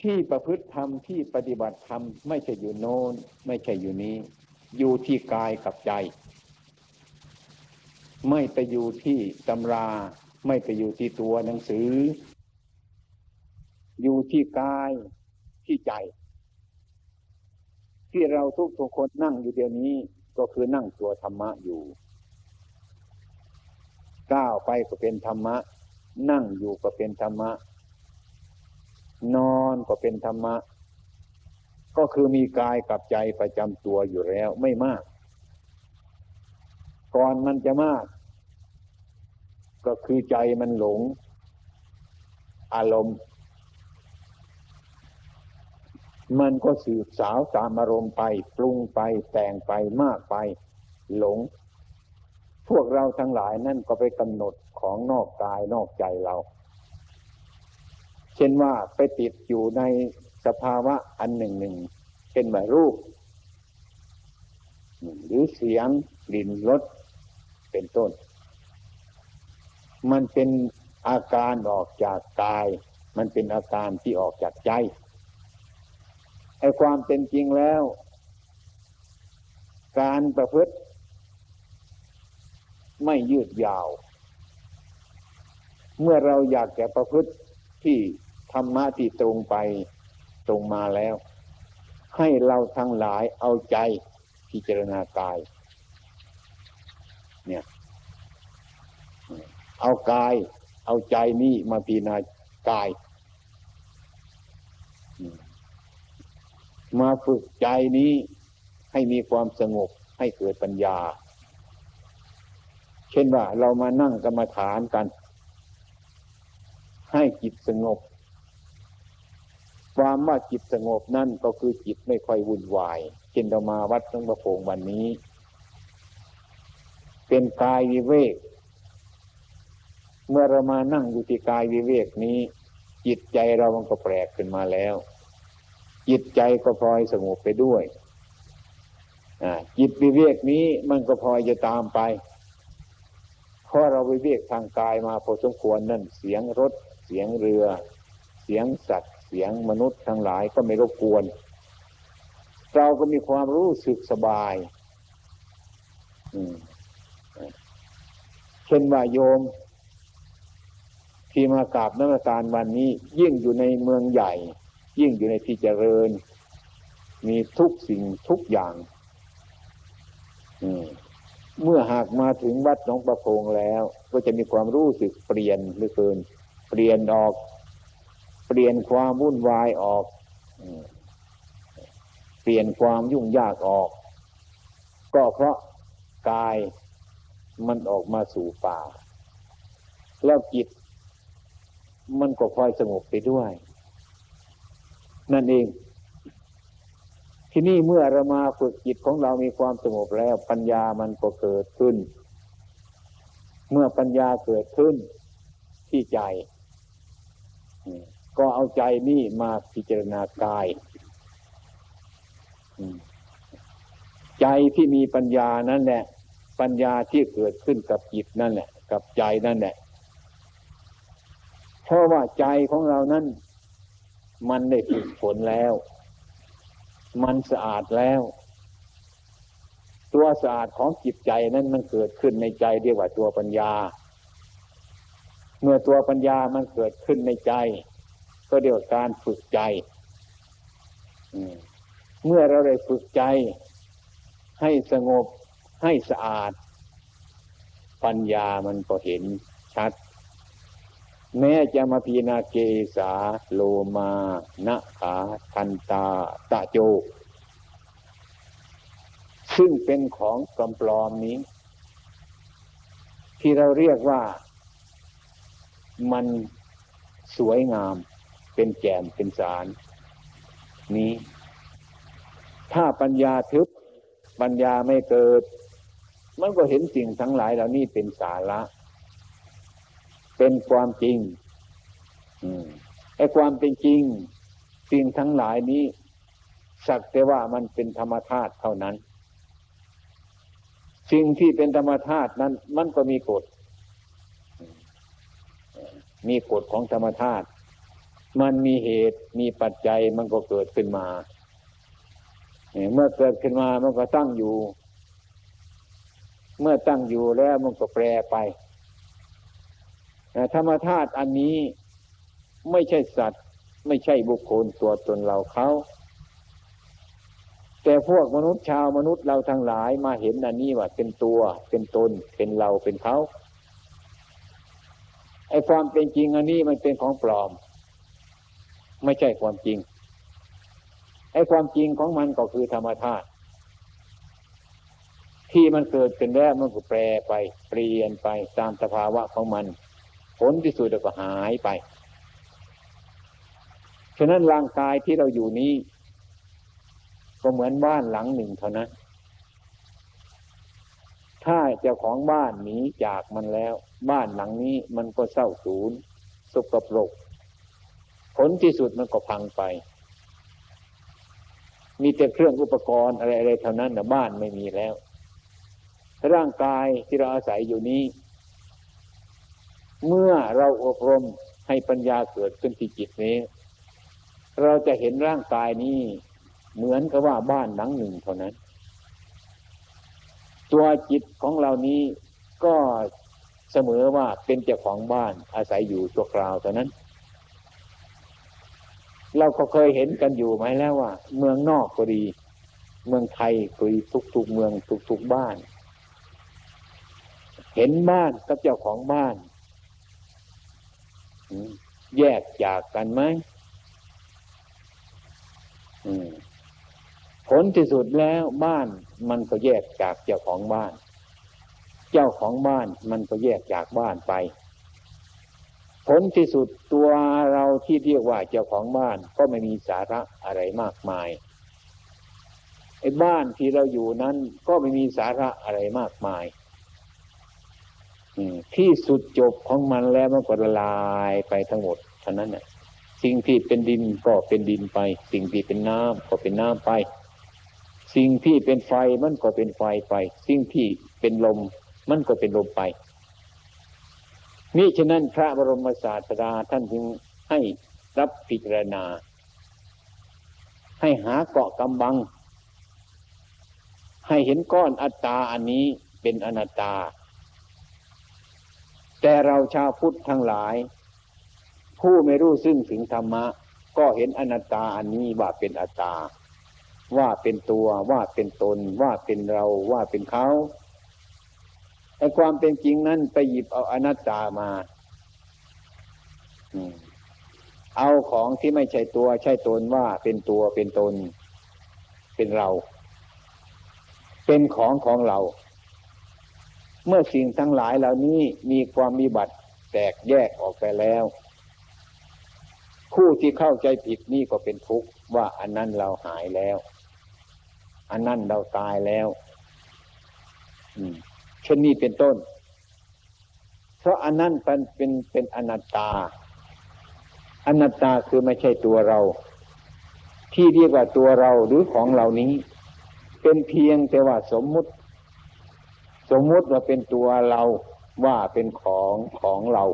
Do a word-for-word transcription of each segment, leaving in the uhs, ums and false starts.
ที่ประพฤติธรรมที่ปฏิบัติธรรมไม่ใช่อยู่โน้นไม่ใช่อยู่นี้อยู่ที่กายกับใจไม่ไปอยู่ที่ตำราไม่ไปอยู่ที่ตัวหนังสืออยู่ที่กายที่ใจที่เราทุกทุกคนนั่งอยู่เดี๋ยวนี้ก็คือนั่งตัวธรรมะอยู่ก้าวไปก็เป็นธรรมะนั่งอยู่ก็เป็นธรรมะนอนก็เป็นธรรมะก็คือมีกายกับใจประจำตัวอยู่แล้วไม่มากก่อนมันจะมากก็คือใจมันหลงอารมณ์มันก็สืบสาวตามอารมณ์ไปปรุงไปแต่งไปมากไปหลงพวกเราทั้งหลายนั่นก็ไปกำหนดของนอกกายนอกใจเราเช่นว่าไปติดอยู่ในสภาวะอันหนึ่งหนึ่งเช่นว่ารูปหรือเสียงกลิ่นรสเป็นต้นมันเป็นอาการออกจากกายมันเป็นอาการที่ออกจากใจไอ้ความเป็นจริงแล้วการประพฤติไม่ยืดยาวเมื่อเราอยากจะประพฤติที่ธรรมะที่ตรงไปตรงมาแล้วให้เราทั้งหลายเอาใจพิจารณากายเนี่ยเอากายเอาใจนี่มาพิจารณากายมาฝึกใจนี้ให้มีความสงบให้เกิดปัญญาเช่นว่าเรามานั่งกรรมฐานกันให้จิตสงบความว่าจิตสงบนั่นก็คือจิตไม่ค่อยวุ่นวายเช่นเรามาวัดหลวงพ่อโพงวันนี้เป็นกายวิเวกเมื่อเรามานั่งอยู่ที่กายวิเวกนี้จิตใจเรามันก็แปลกขึ้นมาแล้วจิตใจก็พลอยสงบไปด้วยจิตวิเวกนี้มันก็พลอยจะตามไปเพราะเราวิเวกทางกายมาพอสมควรนั่นเสียงรถเสียงเรือเสียงสัตว์เสียงมนุษย์ทั้งหลายก็ไม่รบกวนเราก็มีความรู้สึกสบายเช่นว่าโยมที่มากราบนมัสการวันนี้ยิ่งอยู่ในเมืองใหญ่ยิ่งอยู่ในที่เจริญมีทุกสิ่งทุกอย่างเมื่อหากมาถึงวัดหนองประพงแล้วก็จะมีความรู้สึกเปลี่ยนเหลือเกินเปลี่ยนออกเปลี่ยนความวุ่นวายออกเปลี่ยนความยุ่งยากออกก็เพราะกายมันออกมาสู่ป่าแล้วจิตมันก็คอยสงบไปด้วยนั่นเองทีนี้เมื่อเรามาฝึกจิตของเรามีความสงบแล้วปัญญามันก็เกิดขึ้นเมื่อปัญญาเกิดขึ้นที่ใจก็เอาใจนี่มาพิจารณากายใจที่มีปัญญานั่นแหละปัญญาที่เกิดขึ้นกับจิตนั่นแหละกับใจนั่นแหละเพราะว่าใจของเรานั้นมันได้ฝึกฝนแล้วมันสะอาดแล้วตัวสะอาดของจิตใจนั้นมันเกิดขึ้นในใจเรียกว่าตัวปัญญาเมื่อตัวปัญญามันเกิดขึ้นในใจก็เรียกว่าการฝึกใจเมื่อเราได้ฝึกใจให้สงบให้สะอาดปัญญามันก็เห็นชัดแม้จะมาพิจารณาเกสาโลมานะขาทันตาตะโจซึ่งเป็นของปลอมๆนี้ที่เราเรียกว่ามันสวยงามเป็นแก่นเป็นสารนี้ถ้าปัญญาทึบปัญญาไม่เกิดมันก็เห็นสิ่งทั้งหลายเหล่านี้เป็นสาระเป็นความจริงไอ้ความเป็นจริงสิ่งทั้งหลายนี้สักแต่ว่ามันเป็นธรรมธาตุเท่านั้นสิ่งที่เป็นธรรมธาตุนั้นมันก็มีกฎมีกฎของธรรมธาตุมันมีเหตุมีปัจจัยมันก็เกิดขึ้นมาเมื่อเกิดขึ้นมามันก็ตั้งอยู่เมื่อตั้งอยู่แล้วมันก็แปรไปธรรมธาตุอันนี้ไม่ใช่สัตว์ไม่ใช่บุคคลตัวตนเราเขาแต่พวกมนุษย์ชาวมนุษย์เราทั้งหลายมาเห็นอันนี้ว่าเป็นตัวเป็นตนเป็นเราเป็นเขาไอ้ความเป็นจริงอันนี้มันเป็นของปลอมไม่ใช่ความจริงไอ้ความจริงของมันก็คือธรรมธาตุที่มันเกิดขึ้นแล้วมันก็แปรไปเปลี่ยนไปตามสภาวะของมันผลที่สุดก็หายไปฉะนั้นร่างกายที่เราอยู่นี้ก็เหมือนบ้านหลังหนึ่งเท่านั้นถ้าเจ้าของบ้านหนีจากมันแล้วบ้านหลังนี้มันก็เศร้าสูญสกปรกผลที่สุดมันก็พังไปมีแต่เครื่องอุปกรณ์อะไรๆเท่านั้นนะบ้านไม่มีแล้วร่างกายที่เราอาศัยอยู่นี้เมื่อเราอบรมให้ปัญญาเกิดขึ้นที่จิตนี้เราจะเห็นร่างกายนี้เหมือนกับว่าบ้านหลังหนึ่งเท่านั้นตัวจิตของเรานี้ก็เสมอว่าเป็นเจ้าของบ้านอาศัยอยู่ชั่วคราวเท่านั้นเราก็เคยเห็นกันอยู่ไหมแล้วว่าเมืองนอกก็ดีเมืองไทยก็ดีทุกๆเมืองทุกๆบ้านเห็นบ้านกับเจ้าของบ้านแยกจากกันไหมผลที่สุดแล้วบ้านมันก็แยกจากเจ้าของบ้านเจ้าของบ้านมันก็แยกจากบ้านไปผลที่สุดตัวเราที่เรียกว่าเจ้าของบ้านก็ไม่มีสาระอะไรมากมายไอ้บ้านที่เราอยู่นั้นก็ไม่มีสาระอะไรมากมายที่สุดจบของมันแล้วมันก็ละลายไปทั้งหมดเท่านั้นน่ะสิ่งที่เป็นดินก็เป็นดินไปสิ่งที่เป็นน้ำก็เป็นน้ำไปสิ่งที่เป็นไฟมันก็เป็นไฟไปสิ่งที่เป็นลมมันก็เป็นลมไปมิฉะนั้นพระบรมศาสดาท่านจึงให้รับพิจารณาให้หาเกาะกำบังให้เห็นก้อนอัตตาอันนี้เป็นอนัตตาแต่เราชาวพุทธทั้งหลายผู้ไม่รู้ซึ่งถึงธรรมะก็เห็นอนัตตาอันนี้ว่าเป็นอัตตาว่าเป็นตัวว่าเป็นตนว่าเป็นเราว่าเป็นเขาแต่ความเป็นจริงนั้นไปหยิบเอาอนัตตามาเอาของที่ไม่ใช่ตัวใช่ตนว่าเป็นตัวเป็นตนเป็นเราเป็นของของเราเมื่อสิ่งทั้งหลายเหล่านี้มีความวิบัติแตกแยกออกไปแล้วผู้ที่เข้าใจผิดนี่ก็เป็นทุกข์ว่าอันนั้นเราหายแล้วอันนั้นเราตายแล้วเช่นนี้เป็นต้นเพราะอันนั้นเป็นเป็นเป็นอนัตตาอนัตตาคือไม่ใช่ตัวเราที่เรียกว่าตัวเราหรือของเรานี้เป็นเพียงแต่ว่าสมมุติสมมุติว่าเป็นตัวเราว่าเป็นของของเรา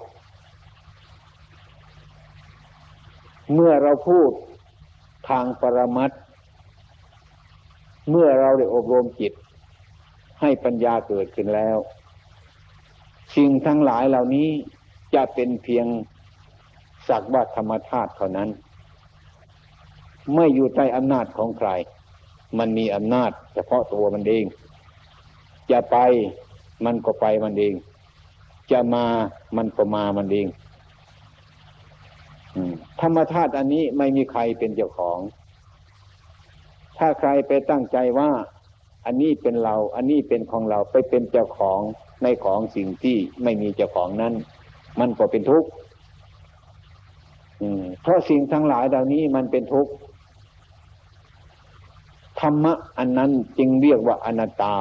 เมื่อเราพูดทางปรมัตถ์เมื่อเราได้อบรมจิตให้ปัญญาเกิดขึ้นแล้วสิ่งทั้งหลายเหล่านี้จะเป็นเพียงสักว่าธรรมธาตุเท่านั้นไม่อยู่ใต้อำนาจของใครมันมีอำนาจเฉพาะตัวมันเองจะไปมันก็ไปมันเองจะมามันก็มามันเองธรรมธาตุอันนี้ไม่มีใครเป็นเจ้าของถ้าใครไปตั้งใจว่าอันนี้เป็นเราอันนี้เป็นของเราไปเป็นเจ้าของในของสิ่งที่ไม่มีเจ้าของนั้นมันก็เป็นทุกข์เพราะสิ่งทั้งหลายเหล่านี้มันเป็นทุกข์ธรรมะอันนั้นจึงเรียกว่าอนัตตา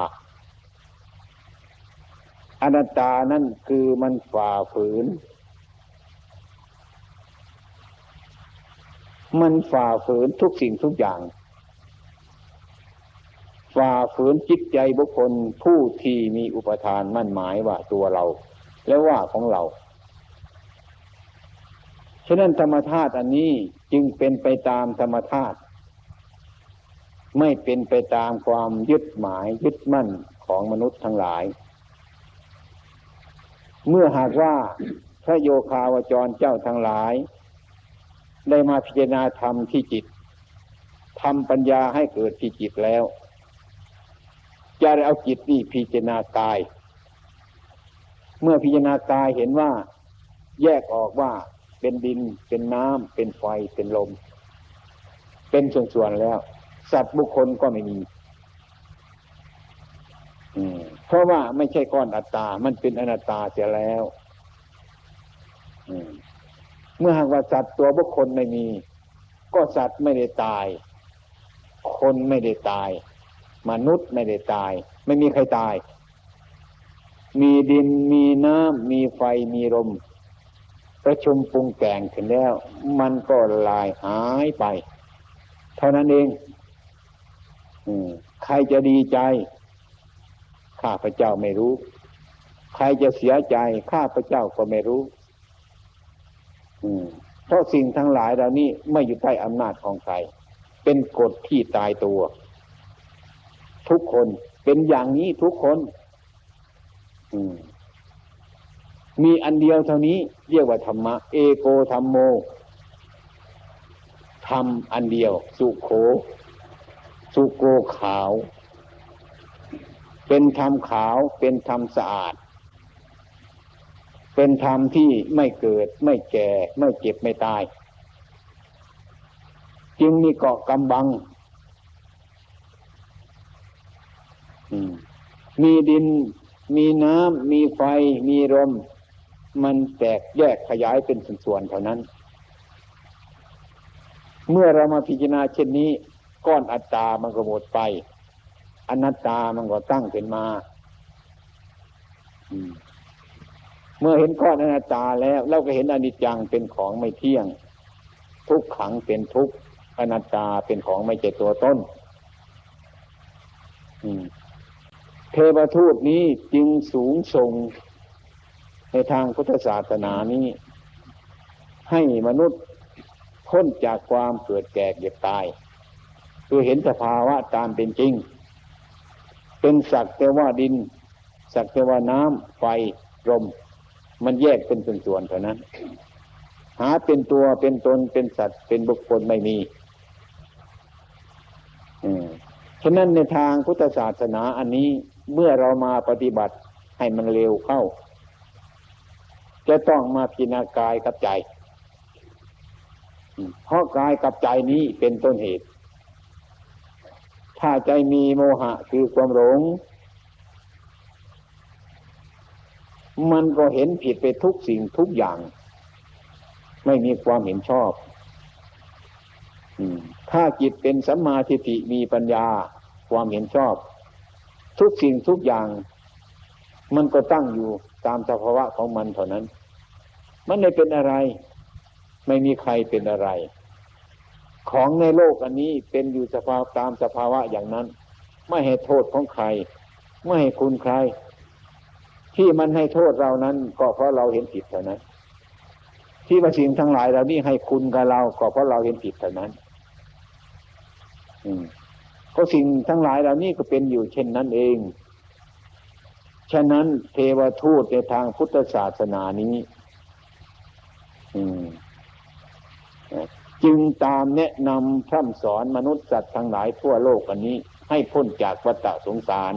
อนัตตานั่นคือมันฝ่าฝืนมันฝ่าฝืนทุกสิ่งทุกอย่างฝ่าฝืนจิตใจบุคคลผู้ที่มีอุปทานมั่นหมายว่าตัวเราและว่าของเราฉะนั้นธรรมธาตุอันนี้จึงเป็นไปตามธรรมธาตุไม่เป็นไปตามความยึดหมายยึดมั่นของมนุษย์ทั้งหลายเมื่อหากว่าพระโยคาวจรเจ้าทั้งหลายได้มาพิจารณาธรรมที่จิตทำปัญญาให้เกิดที่จิตแล้วจะได้เอาจิตนี่พิจารณากายเมื่อพิจารณากายเห็นว่าแยกออกว่าเป็นดินเป็นน้ำเป็นไฟเป็นลมเป็นส่วนๆแล้วสัตว์บุคคลก็ไม่มีเพราะว่าไม่ใช่ก้อนอัตตามันเป็นอนัตตาเสียแล้วเมื่อหากว่าสัตว์ตัวบุคคลไม่มีก็สัตว์ไม่ได้ตายคนไม่ได้ตายมนุษย์ไม่ได้ตายไม่มีใครตายมีดินมีน้ำมีไฟมีลมประชุมปรุงแต่งขึ้นแล้วมันก็ลายหายไปเท่านั้นเองใครจะดีใจข้าพเจ้าไม่รู้ใครจะเสียใจข้าพเจ้าก็ไม่รู้เพราะสิ่งทั้งหลายเหล่านี้ไม่อยู่ใต้อำนาจของใครเป็นกฎที่ตายตัวทุกคนเป็นอย่างนี้ทุกคนมีอันเดียวเท่านี้เรียกว่าธรรมะเอโกธัมโมธรรมอันเดียวสุโขสุโกขาวเป็นธรรมขาวเป็นธรรมสะอาดเป็นธรรมที่ไม่เกิดไม่แก่ไม่เจ็บไม่ตายจึงมีเกาะกำบังมีดินมีน้ำมีไฟมีลมมันแตกแยกขยายเป็นส่วนๆเท่านั้นเมื่อเรามาพิจารณาเช่นนี้ก้อนอัตตามันก็หมดไปอนัตตามันก็ตั้งขึ้นมาเมื่อเห็นก้อนอนัตตาแล้วเราก็เห็นอนิจจังเป็นของไม่เที่ยงทุกขังเป็นทุกข์อนัตตาเป็นของไม่ใช่ตัวตนเทวทูตนี้จึงสูงส่งในทางพุทธศาสนานี้ให้มนุษย์พ้นจากความเกิดแก่เจ็บตายคือเห็นสภาวะตามเป็นจริงเป็นสักแต่ว่าดินสักแต่ว่าน้ำไฟลมมันแยกเป็นส่วนๆเท่านั้นหาเป็นตัวเป็นตนเป็นสัตว์เป็นบุคคลไม่มีอืมฉะนั้นในทางพุทธศาสนาอันนี้เมื่อเรามาปฏิบัติให้มันเร็วเข้าจะต้องมาพิจารณากายกับใจเพราะกายกับใจนี้เป็นต้นเหตุถ้าใจมีโมหะคือความหลงมันก็เห็นผิดไปทุกสิ่งทุกอย่างไม่มีความเห็นชอบถ้าจิตเป็นสัมมาทิฏฐิมีปัญญาความเห็นชอบทุกสิ่งทุกอย่างมันก็ตั้งอยู่ตามสภาวะของมันเท่านั้นมันไม่เป็นอะไรไม่มีใครเป็นอะไรของในโลกอันนี้เป็นอยู่สภาวะตามสภาวะอย่างนั้นไม่ให้โทษของใครไม่ให้คุณใครที่มันให้โทษเรานั้นก็เพราะเราเห็นผิดเท่านั้นที่ว่าสิ่งทั้งหลายเหล่านี้ให้คุณกับเราก็เพราะเราเห็นผิดเท่านั้นอืมเพราะสิ่งทั้งหลายเหล่านี้ก็เป็นอยู่เช่นนั้นเองฉะนั้นเทวทูตในทางพุทธศาสนานี้อืมจึงตามแนะนำพร่ำสอนมนุษย์สัตว์ทั้งหลายทั่วโลกอันนี้ให้พ้นจากวัฏสงสาร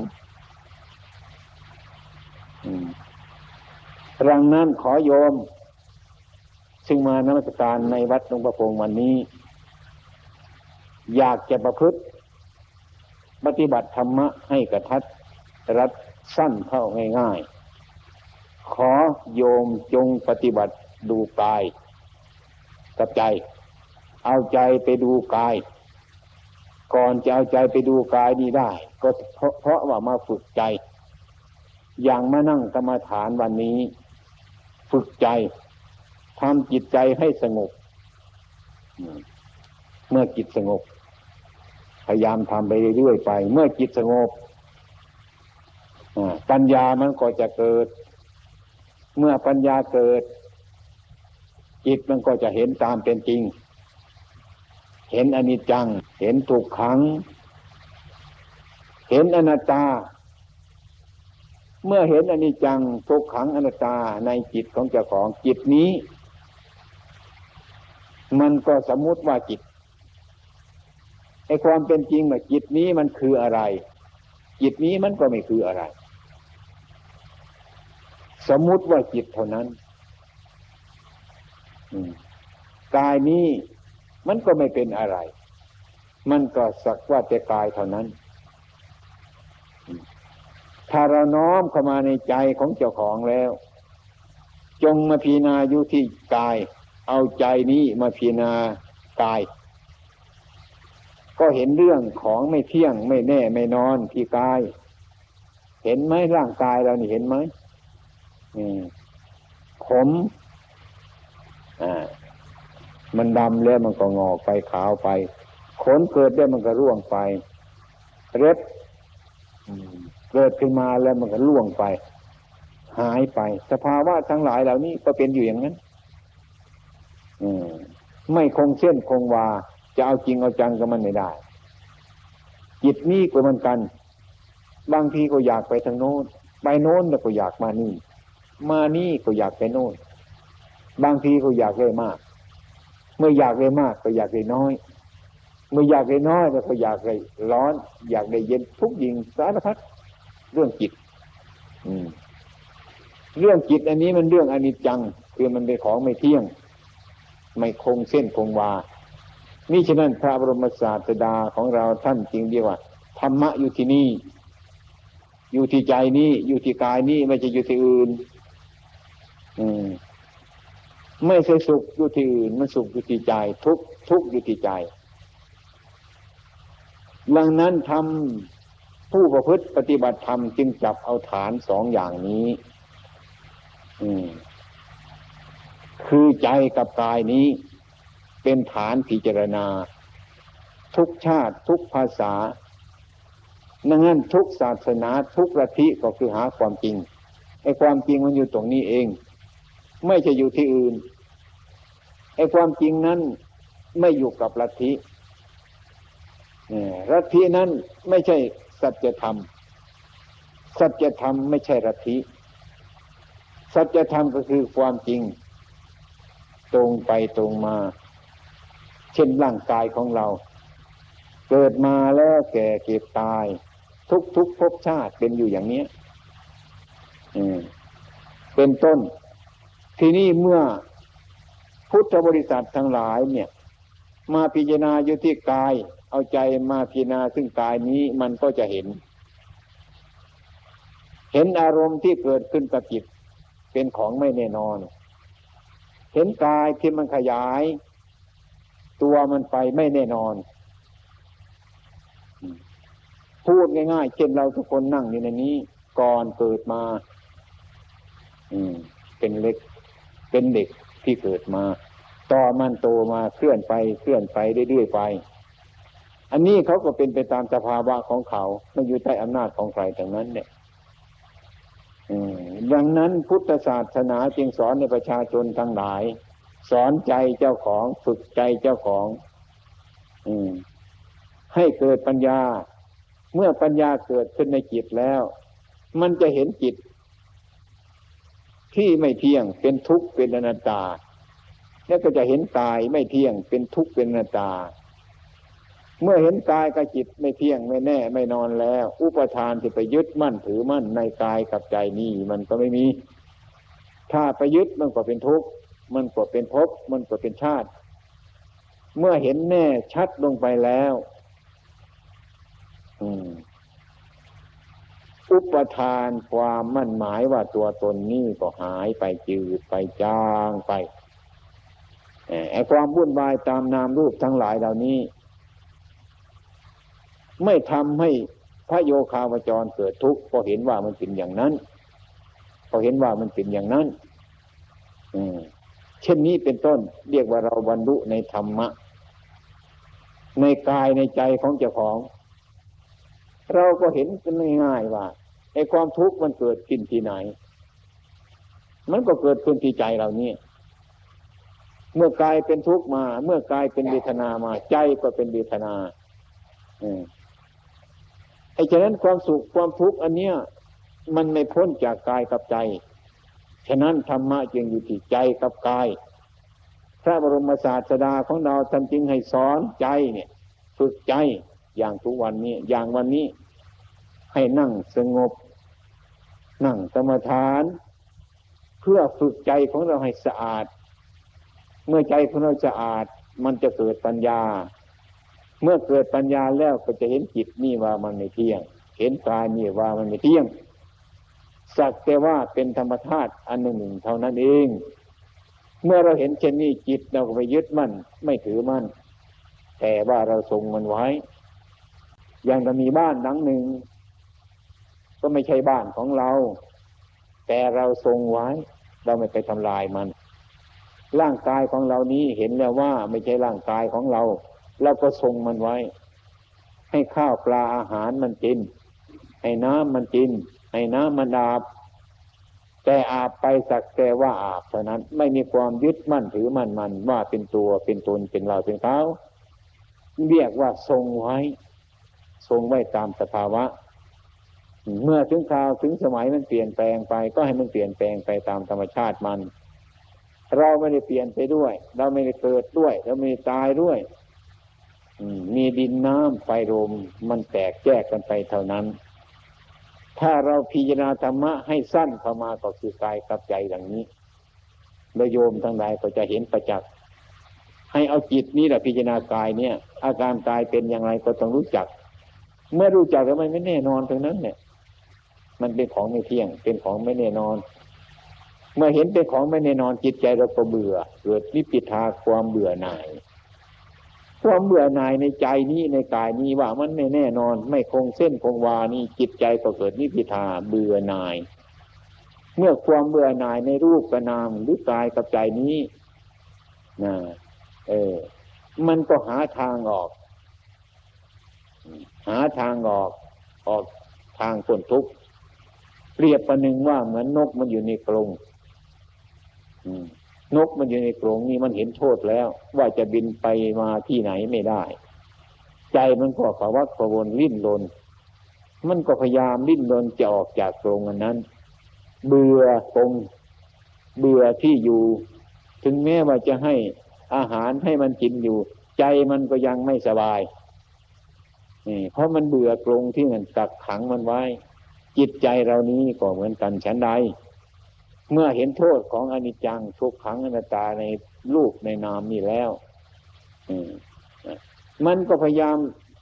ดังนั้นขอโยมซึ่งมานมัสการในวัดหลวงพ่อพงวันนี้อยากจะประพฤติปฏิบัติธรรมะให้กระทัดรัดสั้นเข้าง่ายๆขอโยมจงปฏิบัติดูกายกับใจเอาใจไปดูกายก่อนจะเอาใจไปดูกายนี้ได้ก็เพราะเพราะว่ามาฝึกใจอย่างมานั่งกรรมฐานวันนี้ฝึกใจทำจิตใจให้สงบเมื่อจิตสงบพยายามทำไปเรื่อยๆไปเมื่อจิตสงบปัญญามันก็จะเกิดเมื่อปัญญาเกิดจิตมันก็จะเห็นตามเป็นจริงเห็นอนิจจังเห็นทุกขังเห็นอนัตตาเมื่อเห็นอนิจจังทุกขังอนัตตาในจิตของเจ้าของจิตนี้มันก็สมมุติว่าจิตไอ้ความเป็นจริงว่าจิตนี้มันคืออะไรจิตนี้มันก็ไม่คืออะไรสมมุติว่าจิตเท่านั้นกายนี้มันก็ไม่เป็นอะไรมันก็สักว่าแต่กายเท่านั้นถ้าเราน้อมเข้ามาในใจของเจ้าของแล้วจงมาพิจารณาอยู่ที่กายเอาใจนี้มาพิจารณากายก็เห็นเรื่องของไม่เที่ยงไม่แน่ไม่นอนที่กายเห็นไหมร่างกายเรานี่เห็นไหมผมอ่ามันดำแล้วมันก็งอกไปขาวไปขนเกิดได้มันก็ร่วงไปเล็บเกิดขึ้นมาแล้วมันก็ร่วงไปหายไปสภาวะทั้งหลายเหล่านี้ก็เป็นอยู่อย่างนั้นไม่คงเส้นคงวาจะเอาจริงเอาจังกับมันไม่ได้จิตนี้ก็เหมือนกันบางทีก็อยากไปทางโน้นไปโน้นแล้วก็อยากมานี่มานี่ก็อยากไปโน้นบางทีก็อยากได้มากเมื่ออยากได้มากก็อยากได้น้อยเมื่ออยากได้น้อยก็อยากได้ร้อนอยากได้เย็นทุกอย่างสารพัดเรื่องจิตเรื่องจิตอันนี้มันเรื่องอนิจจังคือมันเป็นของไม่เที่ยงไม่คงเส้นคงวานี่ฉะนั้นพระบรมศาสดาของเราท่านจริงเรียกว่าธรรมะอยู่ที่นี่อยู่ที่ใจนี้อยู่ที่กายนี้ไม่ใช่อยู่ที่อื่นอืมไม่ใช่สุขอยู่ที่อื่นมันสุขอยู่ที่ใจทุกข์ทุกข์อยู่ที่ใจดังนั้นทำผู้ประพฤติปฏิบัติธรรมจึงจับเอาฐานสองอย่างนี้อืมคือใจกับกายนี้เป็นฐานพิจารณาทุกชาติทุกภาษาดังนั้นทุกศาสนาทุกลัทธิก็คือหาความจริงไอ้ความจริงมันอยู่ตรงนี้เองไม่ใช่อยู่ที่อื่นไอ้ความจริงนั้นไม่อยู่กับลัทธิลัทธินั้นไม่ใช่สัจธรรมสัจธรรมไม่ใช่ลัทธิสัจธรรมก็คือความจริงตรงไปตรงมาเช่นร่างกายของเราเกิดมาแล้วแก่เก็บตายทุกๆภพชาติเป็นอยู่อย่างนี้เป็นต้นทีนี้เมื่อพุทธบริษัททั้งหลายเนี่ยมาพิจารณาอยู่ที่กายเอาใจมาพิจารณาซึ่งกายนี้มันก็จะเห็นเห็นอารมณ์ที่เกิดขึ้นกับจิตเป็นของไม่แน่นอนเห็นกายที่มันขยายตัวมันไปไม่แน่นอนพูดง่ายๆเช่นเราทุกคนนั่งอยู่ในนี้ก่อนเกิดมาอืมเป็นเล็กเป็นเด็กที่เกิดมาต่อมันโตมาเคลื่อนไปเคลื่อนไปเรื่อยๆไปอันนี้เขาก็เป็นไปตามสภาวะของเขาไม่อยู่ใต้อำนาจของใครทั้งนั้นเนี่ยดังนั้นพุทธศาสนาจึงสอนในประชาชนทั้งหลายสอนใจเจ้าของฝึกใจเจ้าของให้เกิดปัญญาเมื่อปัญญาเกิดขึ้นในจิตแล้วมันจะเห็นจิตที่ไม่เที่ยงเป็นทุกข์เป็นอนัตตาแล้วก็จะเห็นกายไม่เที่ยงเป็นทุกข์เป็นอนัตตาเมื่อเห็นกายกับจิตไม่เที่ยงไม่แน่ไม่นอนแล้วอุปทานที่ไปยึดมั่นถือมั่นในกายกับใจนี้มันก็ไม่มีถ้าไปยึดมันก็เป็นทุกข์มันก็เป็นภพมันก็เป็นชาติเมื่อเห็นแน่ชัดลงไปแล้วอุปทานความมั่นหมายว่าตัวตนนี้ก็หายไปจืดไปจางไปไอ้ความวุ่นวายตามนามรูปทั้งหลายเหล่านี้ไม่ทำให้พระโยคาวจรเกิดทุกข์เพราะเห็นว่ามันเป็นอย่างนั้นเพราะเห็นว่ามันเป็นอย่างนั้นเช่นนี้เป็นต้นเรียกว่าเราบรรลุในธรรมะในกายในใจของเจ้าของเราก็เห็นกันง่ายๆว่าไอ้ความทุกข์มันเกิดขึ้นที่ไหนมันก็เกิดขึ้นที่ใจเรานี่เมื่อกายเป็นทุกข์มาเมื่อกายเป็นเวทนามาใจก็เป็นเวทนาไอ้ฉะนั้นความสุขความทุกข์อันเนี้ยมันไม่พ้นจากกายกับใจฉะนั้นธรรมะจึงอยู่ที่ใจกับกายพระบรมศาสดาของเราท่านจึงให้สอนใจเนี่ยฝึกใจอย่างทุกวันนี้อย่างวันนี้ให้นั่งสงบนั่งสมาทานเพื่อฝึกใจของเราให้สะอาดเมื่อใจของเราสะอาดมันจะเกิดปัญญาเมื่อเกิดปัญญาแล้วก็จะเห็นจิตนี่ว่ามันไม่เที่ยงเห็นกายนี่ว่ามันไม่เที่ยงสักแต่ว่าเป็นธรรมธาตุอันหนึ่งเท่านั้นเองเมื่อเราเห็นเช่นนี้จิตเราก็ไปยึดมั่นไม่ถือมั่นแต่ว่าเราทรงมันไว้อย่างเรามีบ้านหลังหนึ่งก็ไม่ใช่บ้านของเราแต่เราทรงไว้เราไม่ไปทำลายมันร่างกายของเรานี้เห็นแล้วว่าไม่ใช่ร่างกายของเราเราก็ทรงมันไว้ให้ข้าวปลาอาหารมันกินให้น้ำมันกินให้น้ำมันอาบแต่อาบไปสักแต่ว่าอาบเท่านั้นไม่มีความยึดมั่นถือมั่นมันว่าเป็นตัวเป็นตนเป็นเราเป็นเขาเรียกว่าทรงไว้ทรงไว้ตามสภาวะเมื่อถึงคราวถึงสมัยมันเปลี่ยนแปลงไปก็ให้มันเปลี่ยนแปลงไปตามธรรมชาติมันเราไม่ได้เปลี่ยนไปด้วยเราไม่ได้เกิดด้วยเราไม่ได้ตายด้วยมีดินน้ำไฟลมมันแตกแยกกันไปเท่านั้นถ้าเราพิจารณาธรรมะให้สั้นเข้ามาก็คือกายกับใจอย่างนี้โยมทั้งหลายก็จะเห็นประจักษ์ให้เอาจิตนี้แหละพิจารณากายเนี่ยอาการกายเป็นอย่างไรก็ต้องรู้จักเมื่อรู้จักแล้วมันไม่แน่นอนตรงนั้นเนี่ยมันเป็นของไม่เที่ยงเป็นของไม่แน่นอนเมื่อเห็นเป็นของไม่แน่นอนจิตใจเราก็เบื่อเกิดวิปิทาความเบื่อหน่ายความเบื่อหน่ายในใจนี้ในกายนี้ว่ามันไม่แน่นอนไม่คงเส้นคงวานี่จิตใจก็เกิดวิปิทาเบื่อหน่ายเมื่อความเบื่อหน่ายในรูปกับนามหรือกายกับใจนี้นะเออมันก็หาทางออกหาทางออกออกทางพ้นทุกข์เปรียบประหนึ่งว่าเหมือนนกมันอยู่ในกรงนกมันอยู่ในกรงนี่มันเห็นโทษแล้วว่าจะบินไปมาที่ไหนไม่ได้ใจมันก็ภาวะกระวนลิ้นรนมันก็พยายามลิ้นรนจะออกจากกรงอันนั้นเบื่อกรงเบื่อที่อยู่ถึงแม้ว่าจะให้อาหารให้มันกินอยู่ใจมันก็ยังไม่สบายนี่เพราะมันเบื่อกรงที่มันกักขังมันไว้จิตใจเรานี้ก็เหมือนกันฉันใดเมื่อเห็นโทษของอนิจจังทุกขังอนัตตาในรูปในนามนี่แล้วมันก็พยายาม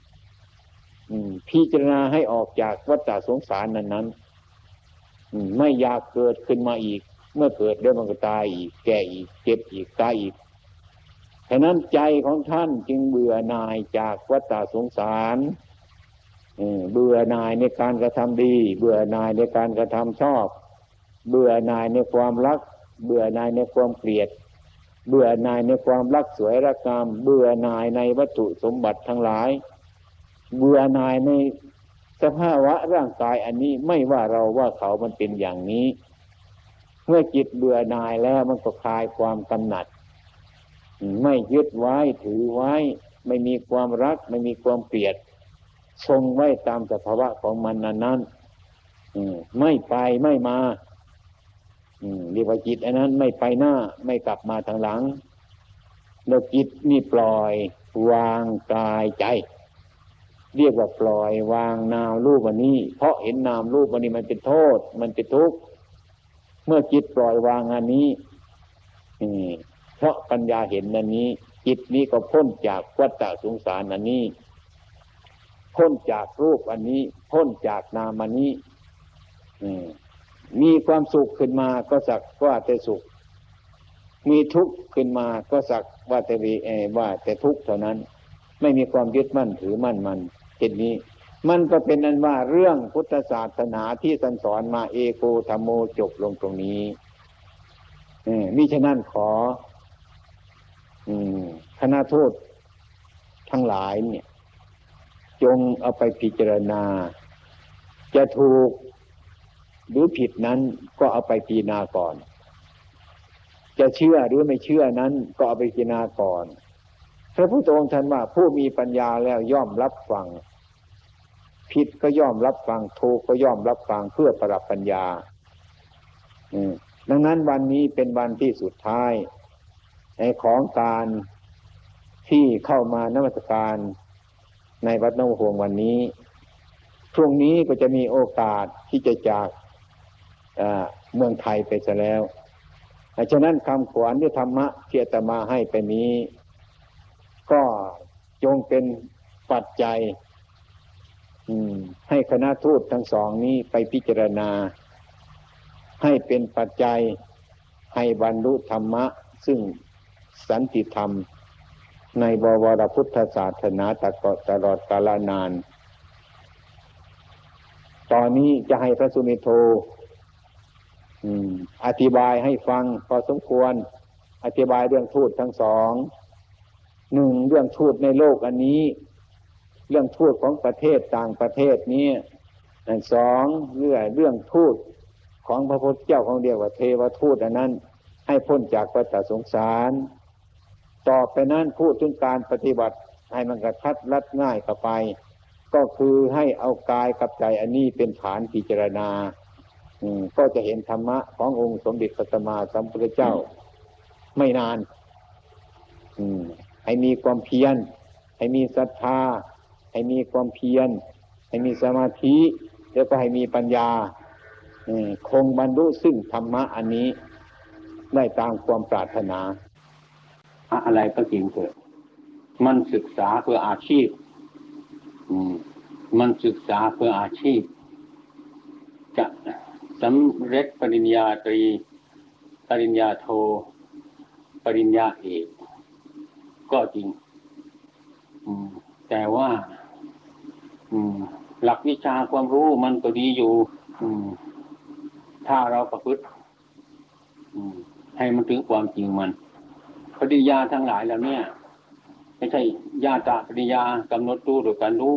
พิจารณาให้ออกจากวัฏสงสารนั้นนั้นไม่อยากเกิดขึ้นมาอีกเมื่อเกิดแล้วมันก็ตายอีกแก่อีกเจ็บอีกตายอีกฉะนั้นใจของท่านจึงเบื่อหน่ายจากวัฏสงสารเบื่อหน่ายในการกระทำดีเบื่อหน่ายในการกระทำชอบเบื่อหน่ายในความรักเบื่อหน่ายในความเกลียดเบื่อหน่ายในความรักสวยรักงามเบื่อหน่ายในวัตถุสมบัติทั้งหลายเบื่อหน่ายในสภาวะร่างกายอันนี้ไม่ว่าเราว่าเขามันเป็นอย่างนี้เมื่อจิตเบื่อหน่ายแล้วมันก็คลายความกำหนัดไม่ยึดไว้ถือไว้ไม่มีความรักไม่มีความเกลียดทรงไว้ตามสภาวะของมันนั้นๆไม่ไปไม่มาเรียกว่าจิตอันนั้นไม่ไปหน้าไม่กลับมาทางหลังแล้วจิตนี่ปล่อยวางกายใจเรียกว่าปล่อยวางนามรูปอันนี้เพราะเห็นนามรูปอันนี้มันเป็นโทษมันเป็นทุกข์เมื่อจิตปล่อยวางอันนี้เพราะปัญญาเห็นอันนี้จิตนี้ก็พ้นจากวัฏสงสารอันนี้พ้นจากรูปอันนี้พ้นจากนามอันนี้มีความสุขขึ้นมาก็สักว่าแต่สุขมีทุกข์ขึ้นมาก็สักว่าแต่วีเอว่าแต่ทุกข์เท่านั้นไม่มีความยึดมั่นถือมั่นมันเช่นนี้มันก็เป็นอันว่าเรื่องพุทธศาสนาที่ท่านสอนมาเอโกธัมโมจบลงตรงนี้มิฉะนั้นขอคณะทูตทั้งหลายเนี่ยจงเอาไปพิจารณาจะถูกหรือผิดนั้นก็เอาไปพิจารณาก่อนจะเชื่อหรือไม่เชื่อนั้นก็เอาไปพิจารณาก่อนพระพุทธองค์ท่านว่าผู้มีปัญญาแล้วย่อมรับฟังผิดก็ย่อมรับฟังถูกก็ย่อมรับฟังเพื่อปรับปัญญาดังนั้นวันนี้เป็นวันที่สุดท้ายในของการที่เข้ามานมัสการในวัดหนองหงส์วันนี้พรุ่งนี้ก็จะมีโอกาสที่จะจากเมืองไทยไปซะแล้วฉะนั้นคำขวัญหรือธรรมะที่อาตมาให้ไปนี้ก็จงเป็นปัจจัยให้คณะทูตทั้งสองนี้ไปพิจารณาให้เป็นปัจจัยให้บรรลุธรรมะซึ่งสันติธรรมในบวรพุทธศาสนาตลอดกาลนานตอนนี้จะให้พระสุเมโธอธิบายให้ฟังพอสมควรอธิบายเรื่องทูตทั้งสองหนึ่งเรื่องทูตในโลกอันนี้เรื่องทูตของประเทศต่างประเทศนี้สองเรื่องเรื่องทูตของพระพุทธเจ้าของเรียกว่าเทวทูตอันนั้นให้พ้นจากวัฏสงสารต่อไปนั้นพูดถึงการปฏิบัติให้มันกระทัดรัดง่ายเข้าไปก็คือให้เอากายกับใจอันนี้เป็นฐานพิจารณาก็จะเห็นธรรมะขององค์สมเด็จพระสัมมาสัมพุทธเจ้าไม่นานให้มีความเพียรให้มีศรัทธาให้มีความเพียรให้มีสมาธิแล้วก็ให้มีปัญญาคงบรรลุซึ่งธรรมะอันนี้ได้ตามความปรารถนาอะไรก็จริงเถอะมันศึกษาเพื่ออาชีพมันศึกษาเพื่ออาชีพจะสำเร็จปริญญาตรีปริญญาโทปริญญาเอกก็จริงแต่ว่าหลักวิชาความรู้มันก็ดีอยู่ถ้าเราประพฤติให้มันถึงความจริงมันปริญญาทั้งหลายแล้วเนี่ยไม่ใช่ญาตปริญญากำหนดรู้โดยการรู้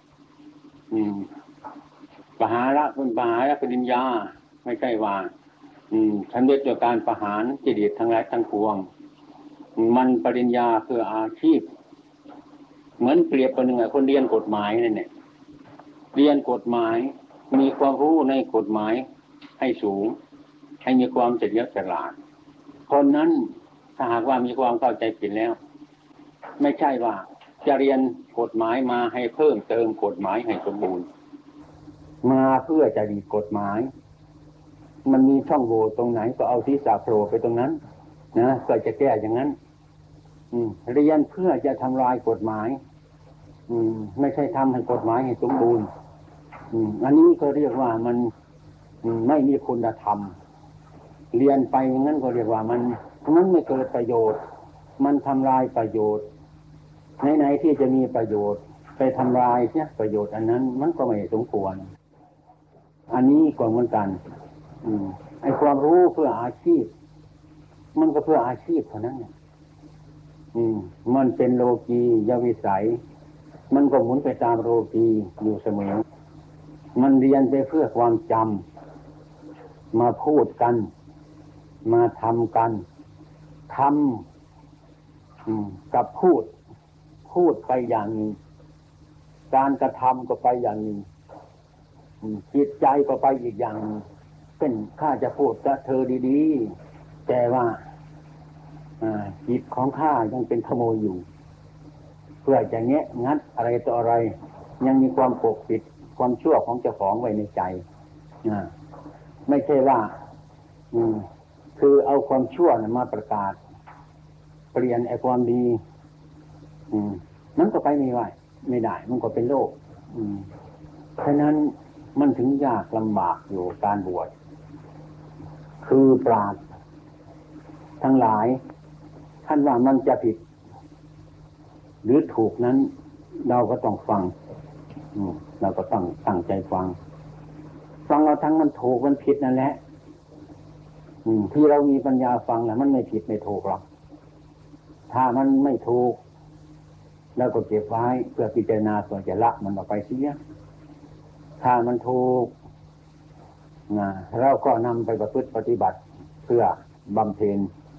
ปหาระเป็นปหาระปริญญาไม่ใช่ว่าสำเร็จโดยการประหารกิเลสทั้งหลายทั้งปวงมันปริญญาคืออาชีพเหมือนเปรียบประหนึ่งคนเรียนกฎหมายนั่นแหละเรียนกฎหมายมีความรู้ในกฎหมายให้สูงให้มีความเฉลียวฉลาดคนนั้นถ้าหากว่ามีความเข้าใจผิดแล้วไม่ใช่ว่าจะเรียนกฎหมายมาให้เพิ่มเติมกฎหมายให้สมบูรณ์มาเพื่อจะดีกฎหมายมันมีช่องโหว่ตรงไหนก็เอาศีรษะโผล่ไปตรงนั้นนะก็จะแก้อย่างนั้นเรียนเพื่อจะทำลายกฎหมายไม่ใช่ทำให้กฎหมายให้สมบูรณ์อันนี้ก็เรียกว่ามันไม่มีคุณธรรมเรียนไปอย่างนั้นก็เรียกว่ามันมันไม่เกิดประโยชน์มันทำลายประโยชน์ไหนๆที่จะมีประโยชน์ไปทำลายเนี่ยประโยชน์อันนั้นมันก็ไม่สมควรอันนี้ก็เหมือนกันไอ้ความรู้เพื่ออาชีพมันก็เพื่ออาชีพเท่านั้นเนี่ยมันเป็นโลกียวิสัยมันก็หมุนไปตามโลกีอยู่เสมอมันเรียนไปเพื่อความจำมาพูดกันมาทำกันทำกับพูดพูดไปอย่างหนึ่งการกระทำก็ไปอย่างหนึ่งจิตใจก็ไปอีกอย่างเป็นข้าจะพูดกับเธอดีๆแต่ว่าจิตของข้ายังเป็นขโมยอยู่เพื่อจะแงะงัดอะไรต่ออะไรยังมีความปกปิดความชั่วของเจ้าของไว้ในใจไม่ใช่ว่าคือเอาความชั่วมาประกาศเปลี่ยนไอ้ความดีมันก็ไปไม่ไหวไม่ได้มันก็เป็นโลกฉะนั้นมันถึงยากลำบากอยู่การบวชคือปราชญ์ทั้งหลายท่านว่ามันจะผิดหรือถูกนั้นเราก็ต้องฟังเราก็ต้องตั้งใจฟังฟังเราทั้งมันถูกมันผิดนั่นแหละที่เรามีปัญญาฟังแล้วมันไม่ผิดไม่ถูกหรอกถ้ามันไม่ถูกเราก็เก็บไว้เพื่อพิจารณาส่วนจะละมันออกไปเสียถ้ามันถูกนะเราก็นำไปประพฤติปฏิบัติเพื่อบำเพ็ญ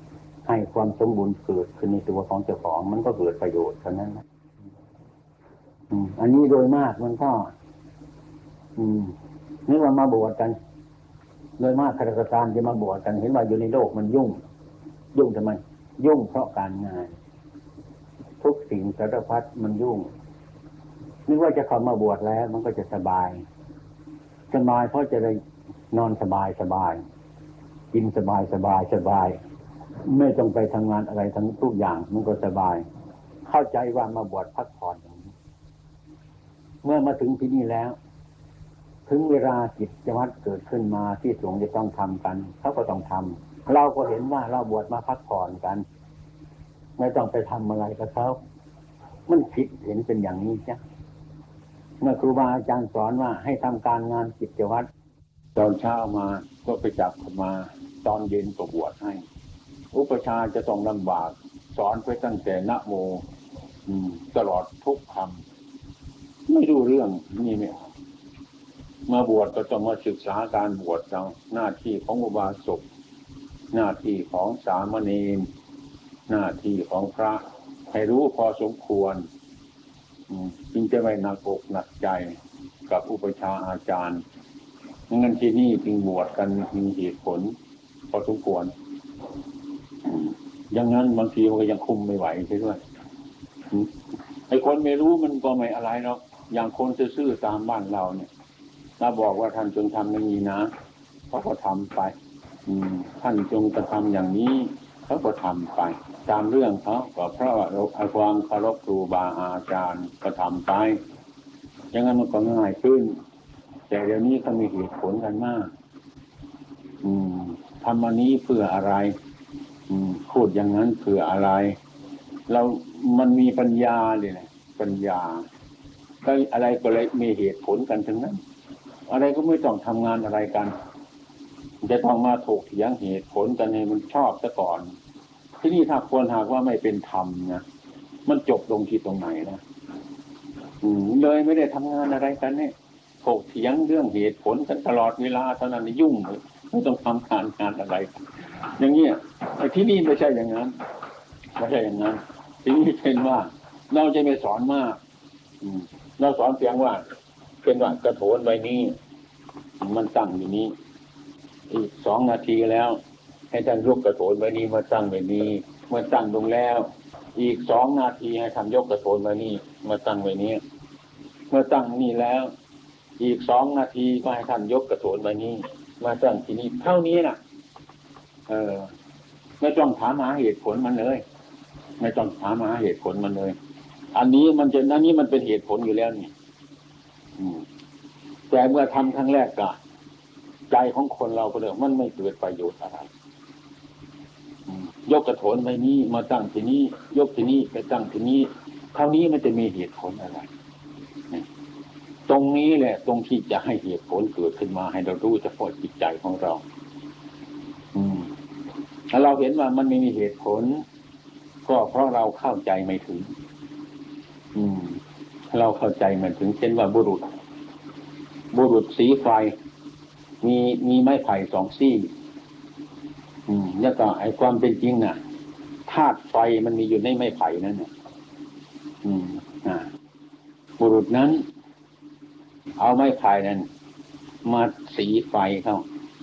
ให้ความสมบูรณ์เกิดขึ้นในตัวของเจ้าของมันก็เกิดประโยชน์เท่านั้นนะอันนี้โดยมากมันก็อืมนี่ว่ามาบวชกันโดยมากข้าราชการจะมาบวชกันเห็นว่าอยู่ในโลกมันยุ่งยุ่งทำไมยุ่งเพราะการงานทุกสิ่งสารพัดมันยุ่งนึกว่าจะเข้ามาบวชแล้วมันก็จะสบายสบายเพราะจะได้นอนสบายสบายกินสบายสบายสบายไม่ต้องไปทำงานอะไรทั้งทุกอย่างมันก็สบายเข้าใจว่ามาบวชพักผ่อนเมื่อมาถึงที่นี่แล้วถึงเวลากิจวัตรเกิดขึ้นมาที่สงฆ์จะต้องทำกันเขาก็ต้องทำเราก็เห็นว่าเราบวชมาพักผ่อนกันไม่ต้องไปทำอะไรกับเขามันผิดเห็นเป็นอย่างนี้จ้ะเมื่อครูบาอาจารย์สอนว่าให้ทำการงานกิจวัตรตอนเช้ามาก็ไปจับมาตอนเย็นก็บวชให้อุปชาจะต้องลำบากสอนไปตั้งแต่นะโมตลอดทุกคำไม่รู้เรื่องนี่เนี่ยมาบวชก็ต้องมาศึกษาการบวชเราหน้าที่ของอุบาสกหน้าที่ของสามเณรหน้าที่ของพระให้รู้พอสมควรจึงจะไม่หนักอกหนักใจกับอุปชาอาจารย์งั้นที่นี่จึงบวชกันมีเหตุผลพอสมควรอย่างนั้นบางทีมันก็ยังคุมไม่ไหวใช่ด้วยไอ้คนไม่รู้มันก็ไม่อะไรหรอกอย่างคนซื่อๆตามบ้านเราเนี่ยถ้าบอกว่าท่านจงทำอย่างนี้นะเขาก็ทำไปท่านจงกระทำอย่างนี้เขาก็ทำไปตามเรื่องเขาก็เพราะว่าเราความเคารพครูบาอาจารย์ก็ทำไปอย่างนั้นมันก็ง่ายขึ้นแต่เดี๋ยวนี้เขามีเหตุผลกันมากทำอันนี้เพื่ออะไรพูดอย่างนั้นเพื่ออะไรเรามันมีปัญญาเลยนะปัญญาก็อะไรก็เลยมีเหตุผลกันทั้งนั้นอะไรก็ไม่ต้องทำงานอะไรกันจะต้องมาถกเถียงเหตุผลกันให้มันชอบซะก่อนที่นี่ถ้าควรหากว่าไม่เป็นธรรมนะมันจบลงที่ตรงไหนนะอืมเลยไม่ได้ทำงานอะไรกันเนี่ยถกเถียงเรื่องเหตุผลกันตลอดเวลาเท่านั้นยุ่งเลยไม่ต้องทำการงานอะไรอย่างเงี้ยไอ้ที่นี่ไม่ใช่อย่างนั้นไม่ใช่อย่างนั้นที่นี่เป็นว่าเราจะไม่สอนมากเราสอนเพียงว่าเป็นว่ากระโถนใบนี้มันตั้งอยู่นี้อีกสองนาทีแล้วให้ท่านยกกระโถนใบนี้มาตั้งไว้นี้เมื่อตั้งลงแล้วอีกสองนาทีให้ท่านยกกระโถนใบนี้มาตั้งไว้นี้เมื่อตั้งนี่แล้วอีกสองนาทีก็ให้ท่านยกกระโถนใบนี้มาตั้งที่นี่เท่านี้น่ะเออไม่ต้องถามหาเหตุผลมันเลยไม่ต้องถามหาเหตุผลมันเลยอันนี้มันจะอันนี้มันเป็นเหตุผลอยู่แล้วนี่แต่เมื่อทำครั้งแรกก็ใจของคนเราก็เลยมันไม่เกิดประโยชน์อะไรยกกระโถนไปนี้มาตั้งที่นี้ยกที่นี้ไปตั้งที่นี้เท่านี้มันจะมีเหตุผลอะไรตรงนี้แหละตรงที่จะให้เหตุผลเกิดขึ้นมาให้เรารู้เฉพาะจิตใจของเราถ้าเราเห็นว่ามันไม่มีเหตุผลก็เพราะเราเข้าใจไม่ถึงอืมเราเข้าใจไม่ถึงเช่นว่าบุรุษบุรุษสีไฟมีมีไม้ไผ่สองซี่อืมแล้วก็ไอ้ความเป็นจริงน่ะธาตุไฟมันมีอยู่ในไม้ไผ่นั่นน่ะอืมอ่าบุรุษนั้นเอาไม้ไผ่นั้นมาสีไฟเข้า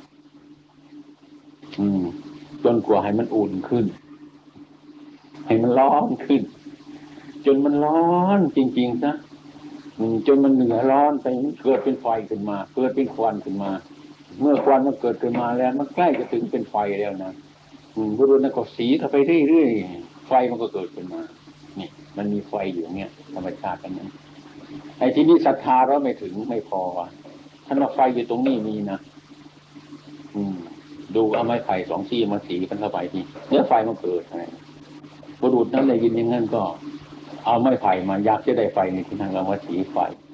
อืมจนกว่าให้มันอุ่นขึ้นให้มันร้อนขึ้นจนมันร้อนจริงๆซะจนมันเหนือร้อนไปเกิดเป็นไฟขึ้นมาเกิดเป็นควันขึ้นมาเมื่อควันมันเกิดขึ้นมาแล้วมันใกล้จะถึงเป็นไฟแล้วนะบุรุษนั้นก็สีเข้าไปเรื่อยๆไฟมันก็เกิดขึ้นมานี่มันมีไฟอยู่เนี่ยธรรมชาติกันนั้นไอ้ที่นี่ศรัทธาเราไม่ถึงไม่พอท่านว่าไฟอยู่ตรงนี้มีนะอืมดูเอาไม้ไผ่สองซี่มาสีกันเข้าไปทีเนื้อไฟมันเกิดไงบุรุษนั้นเลยยินอย่างนั้นก็เอาไม้ไผ่มาอยากจะได้ไฟในที่นั่งเรามาสีไฟ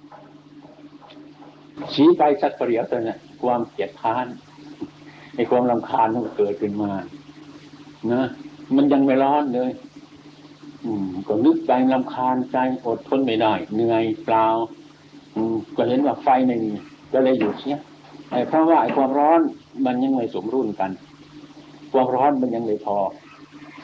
สีไฟสักประเดี๋ยวเท่านั้นความเกลียดค้านในความรำคาญมันเกิดขึ้นมานะมันยังไม่ร้อนเลยอืมก็นึกใจรำคาญใจอดทนไม่ได้เหนื่อยเปล่าอืมก็เห็นว่าไฟไม่มีก็เลยหยุดเสียไอ้เพราะว่าไอ้ความร้อนมันยังไม่สมรุ่นกันความร้อนมันยังไม่พอไ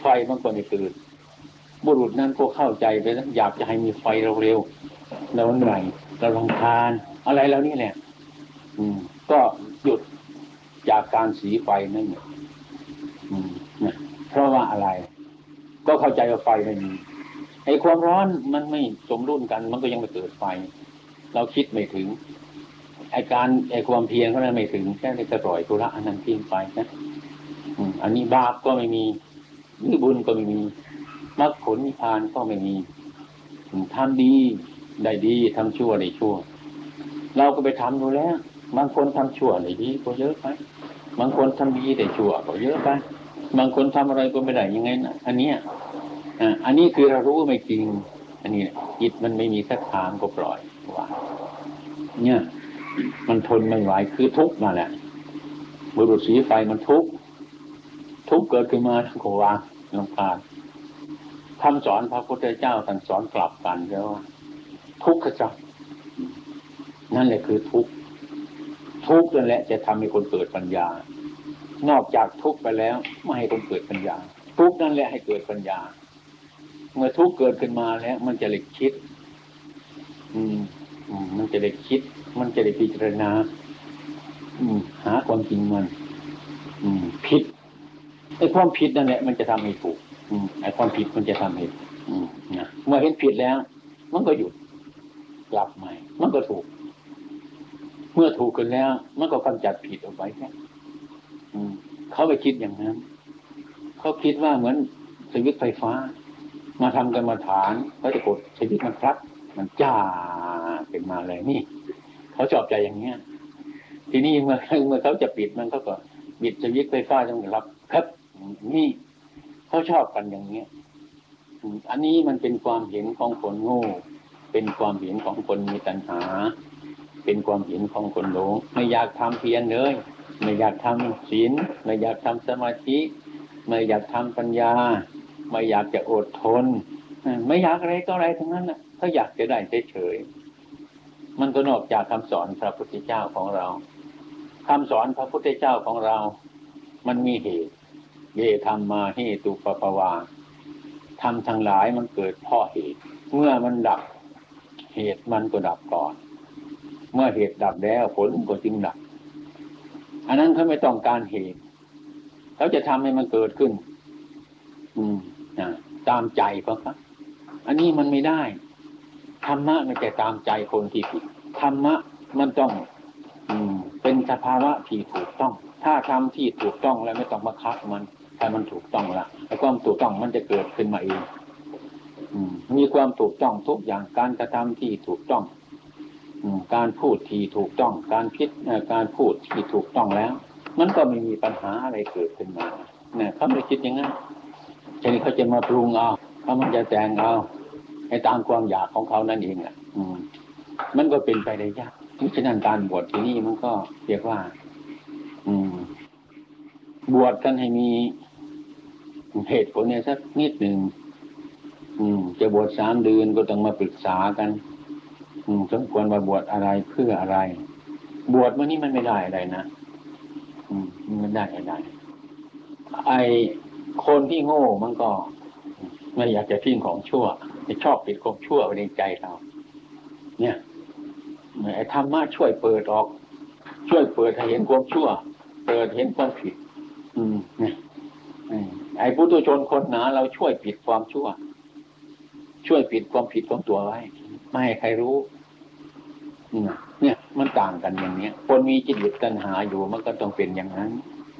ไฟมันก็ไม่เกิดบุรุษนั้นก็เข้าใจไปแล้วอยากจะให้มีไฟเร็วๆแล้วเหนื่อยเราลำคาญอะไรแล้วนี่แหละอืมก็หยุดจากการสีไฟนั่นเนี่ยอืมนะเพราะว่าอะไรก็เข้าใจว่าไฟไม่มีไอ้ความร้อนมันไม่สมดุลกันมันก็ยังไม่เกิดไฟเราคิดไม่ถึงไอ้การไอ้ความเพียรเขานั้นไม่ถึงแค่ได้กระปล่อยธุระอันนั้นทิ้งไปนะอืมอันนี้บาปก็ไม่มีนี่บุญก็ไม่มีมรรคผลนิพพานก็ไม่มีทำดีได้ดีทำชั่วได้ชั่วเราก็ไปทำดูแล้วบางคนทำชั่วได้ดีก็เยอะไปบางคนทำดีได้ชั่วก็เยอะไปบางคนทำอะไรก็ไม่ได้ยังไงนะอันเนี้ยอ่าอันนี้คือเรารู้ไม่จริงอันนี้จิตมันไม่มีสักทางก็ปล่อยว่าเนี่ยมันทนไม่ไหวคือทุกข์มาแหละบุรุษสีไฟมันทุกข์ทุกข์เกิดขึ้นมาทั้งโกวางลำคาญคำสอนพระพุทธเจ้าท่านสอนกลับกันแล้วว่าทุกข์ขจัดนั่นแหละคือทุกข์ทุกข์นั่นแหละจะทำให้คนเกิดปัญญานอกจากทุกข์ไปแล้วไม่ให้คนเกิดปัญญาทุกข์นั่นแหละให้เกิดปัญญาเมื่อทุกข์เกิดขึ้นมาแล้วมันจะเลยคิดอืมอืมมันจะได้คิดมันจะได้พิจารณาอืมหาความจริงมันอืมผิดไอ้ความผิดนั่นแหละมันจะทำให้ถูกอืมไอ้ความผิดมันจะทำให้อืมนะเมื่อเห็นผิดแล้วมันก็หยุดกลับใหม่มันก็ถูกเมื่อถูกกันแล้วมันก็กำจัดผิดออกไปแค่อืมเขาไปคิดอย่างนั้นเขาคิดว่าเหมือนสวิตช์ไฟฟ้ามาทำกรรมฐานเขาจะกดสวิตช์มันครับมันจ้าเป็นมาเลยนี่เขาชอบใจอย่างเนี้ยทีนี้เมื่อเมื่อเขาจะปิดมันเขาก็บิดสวิตช์ไฟฟ้าต้องรับครับนี่เขาชอบกันอย่างเนี้ยอันนี้มันเป็นความเห็นของคนโง่เป็นความเห็นของคนมีตัณหาเป็นความเห็นของคนหลงไม่อยากทำเพียรเลยไม่อยากทำศีลไม่อยากทำสมาธิไม่อยากทำปัญญาไม่อยากจะอดทนไม่อยากอะไรก็อะไรทั้งนั้นน่ะเขาอยากจะได้เฉยๆมันก็นอกจากคำสอนพระพุทธเจ้าของเราคำสอนพระพุทธเจ้าของเรามันมีเหตุเยธรรมมาเหตุปปวาธรรมทั้งหลายมันเกิดเพราะเหตุเมื่อมันดับเหตุมันก็ดับก่อนเมื่อเหตุดับแล้วผลก็จึงดับอันนั้นเขาไม่ต้องการเหตุเขาจะทำให้มันเกิดขึ้นอืมนะตามใจเขาครับอันนี้มันไม่ได้ธรรมะไม่ใช่ตามใจคนที่ผิดธรรมะมันต้องอืมเป็นสภาวะที่ถูกต้องถ้าทำที่ถูกต้องแล้วไม่ต้องบังคับมันถ้ามันถูกต้องละแล้วความถูกต้องมันจะเกิดขึ้นมาเองอืมมีความถูกต้องทุกอย่างการกระทำที่ถูกต้องอืมการพูดที่ถูกต้องการคิดการพูดที่ถูกต้องแล้วมันก็ไม่มีปัญหาอะไรเกิดขึ้นมาเนี่ยเขาไม่คิดอย่างนั้นทีนี้เขาจะมาปรุงเอาเขามันจะแต่งเอาให้ตามความอยากของเขานั่นเองอ่ะอืมมันก็เป็นไปได้ยากเพราะฉะนั้นการบวชที่นี่มันก็เรียกว่าอืมบวชกันให้มีเหตุผลเนี่ยสักนิดหนึ่งอืมจะบวชสามเดือนก็ต้องมาปรึกษากันอืมสมควรมาบวชอะไรเพื่ออะไรบวชวันนี้มันไม่ได้อะไรนะอืมมันไม่ได้อะไรไอคนที่โง่มันก็ไม่อยากจะทิ้งของชั่วจะชอบปิดของชั่วไว้ในใจเราเนี่ยไอ้ธรรมะช่วยเปิดออกช่วยเปิดให้เห็นความชั่วเปิดเห็นความผิดอืมเนี่ยไอ้ปุถุชนคนหนาเราช่วยปิดความชั่วช่วยปิดความผิดของตัวไว้ไม่ให้ใครรู้เนี่ยมันต่างกันอย่างเนี้ยคนมีจิตวิตัณหาอยู่มันก็ต้องเป็นอย่างนั้น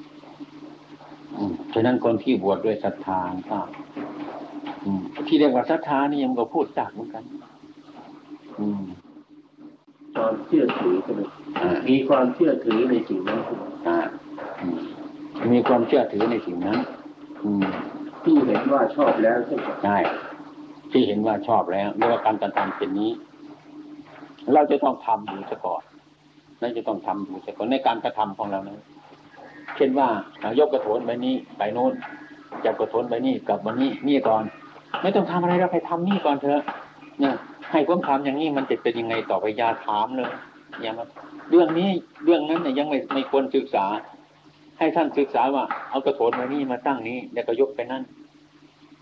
ฉะนั้นคนที่บวชด้วยศรัทธาก็ที่เรียกว่าศรัทธานี่ยังก็พูดจากเหมือนกันความเชื่อถือใช่ไหมมีความเชื่อถือในสิ่งนั้นมีความเชื่อถือในสิ่งนั้นที่เห็นว่าชอบแล้วใช่ไหมใช่ที่เห็นว่าชอบแล้วเรียกว่าการกระทำเช่นนี้เราจะต้องทำอยู่ซะก่อนเราจะต้องทำอยู่ซะก่อนในการกระทำของเรานะเช่นว่ายกกระโถนไปนี้ไปโน้นจับกระโถนไปนี่กลับมานี่นี่ก่อนไม่ต้องทำอะไรเราไปทำนี่ก่อนเถอะเนี่ยให้ความทำอย่างนี้มันจะเป็นยังไงต่อไปอย่าถามเลยอย่ามาเรื่องนี้เรื่องนั้นเนี่ยยังไม่ไม่ควรศึกษาให้ท่านศึกษาว่าเอากระโถนมานี่มาตั้งนี้แล้วก็ยกไปนั่น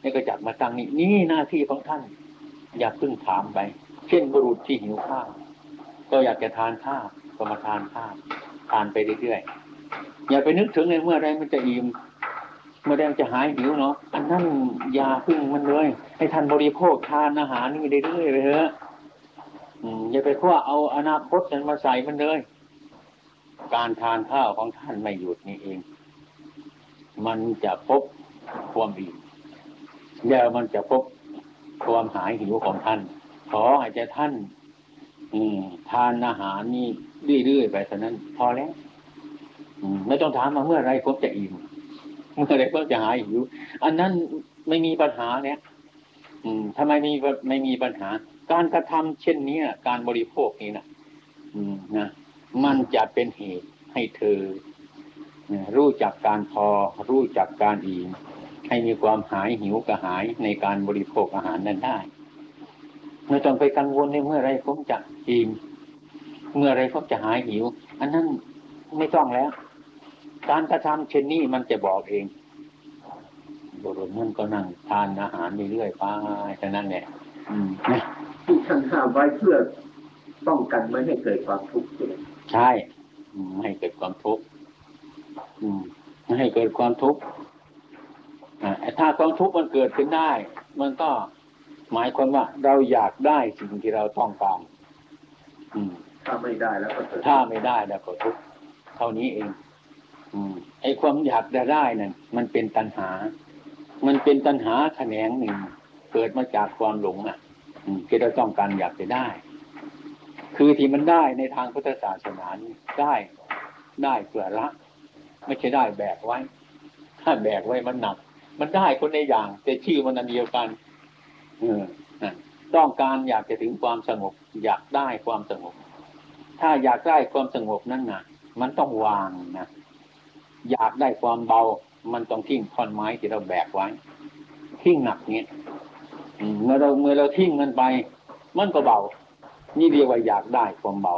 นี่ก็จับมาตั้งนี่นี่หน้าที่ของท่านอย่าเพิ่งถามไปเช่นบุรุษที่หิวข้าวก็อยากจะทานข้าวก็มาทานข้าวทานไปเรื่อยๆอย่าไปนึกถึงเลยเมื่อไรมันจะอิ่มเมื่อไรมันจะหายหิวเนาะอันนั้นอย่าพึ่งมันเลยให้ท่านบริโภคทานอาหารนี่เรื่อยๆไปเถอะอย่าไปคว้าเอาอนาคตนั้นมาใส่มันเลยการทานข้าวของท่านไม่หยุดนี่เองมันจะพบความอิ่มเดี๋ยวมันจะพบความหายหิวของท่านขอให้ใจท่านทานอาหารนี่เรื่อยๆไปเท่านั้นพอแล้วไม่ต้องถามมาเมื่อไรผมจะอิ่มเมื่อไรผมจะหายหิวอันนั้นไม่มีปัญหาเนี่ยทำไมมีไม่มีปัญหาการกระทำเช่นนี้การบริโภคนี้นะนะมันจะเป็นเหตุให้เธอรู้จักการพอรู้จักการอิ่มให้มีความหายหิวกระหายในการบริโภคอาหารนั้นได้ไม่ต้องไปกังวลในเมื่อไรผมจะอิ่มเมื่อไรผมจะหายหิวอันนั้นไม่ต้องแล้วการกระทำเช่นนี้มันจะบอกเองบุรุษนั่นก็นั่งทานอาหารเรื่อยๆไปแต่นั้นแหละที่ท่านห้ามไว้เพื่อป้องกันไม่ให้เกิดความทุกข์ใช่ไหมใช่ไม่ให้เกิดความทุกข์ไม่ให้เกิดความทุกข์ถ้าความทุกข์มันเกิดขึ้นได้มันก็หมายความว่าเราอยากได้สิ่งที่เราต้องการถ้าไม่ได้แล้วก็ถ้าไม่ได้แล้วก็ทุกข์เท่านี้เองไอ้ความอยากจะได้นั่นมันเป็นตัณหามันเป็นตัณหาแขนงหนึ่งเกิดมาจากความหลงอ่ะที่เราต้องการอยากจะได้คือที่มันได้ในทางพุทธศาสนาได้ได้เพื่อละไม่ใช่ได้แบกไว้ถ้าแบกไว้มันหนักมันได้คนในอย่างแต่ชื่อมันอันเดียวกันเออต้องการอยากจะถึงความสงบอยากได้ความสงบถ้าอยากได้ความสงบนั่นน่ะมันต้องวางนะอยากได้ความเบามันต้องทิ้งท่อนไม้ที่เราแบกไว้ทิ้งหนักเนี้ยเมื่อเราเมื่อเราทิ้งมันไปมันก็เบานี่เรียกว่าอยากได้ความเบา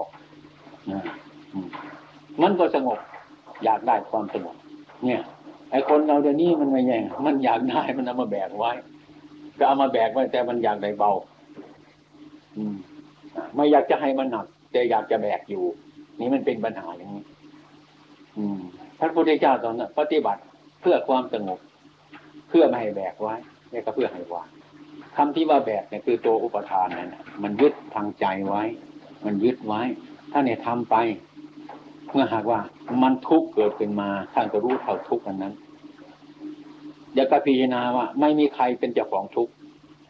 มันก็สงบอยากได้ความสงบเนี่ยไอ้คนเราเดี๋ยวนี้มันไม่แย่งมันอยากได้มันเอามาแบกไว้ก็เอามาแบกไว้แต่มันอยากได้เบาอืมไม่อยากจะให้มันหนักแต่อยากจะแบกอยู่นี่มันเป็นปัญหาอย่างนี้อืมพระพุทธเจ้าตอนนั้นปฏิบัติเพื่อความสงบเพื่อไม่ให้แบกไว้แล้วก็เพื่อให้วางคำที่ว่าแบกเนี่ยคือตัวอุปทานนั่นนะมันยึดทางใจไว้มันยึดไว้ถ้าเนี่ยทำไปเมื่อหากว่ามันทุกข์เกิดขึ้นมาท่านก็รู้เท่าทุกข์อันนั้นอย่าก็พิจารณาว่าไม่มีใครเป็นเจ้าของทุกข์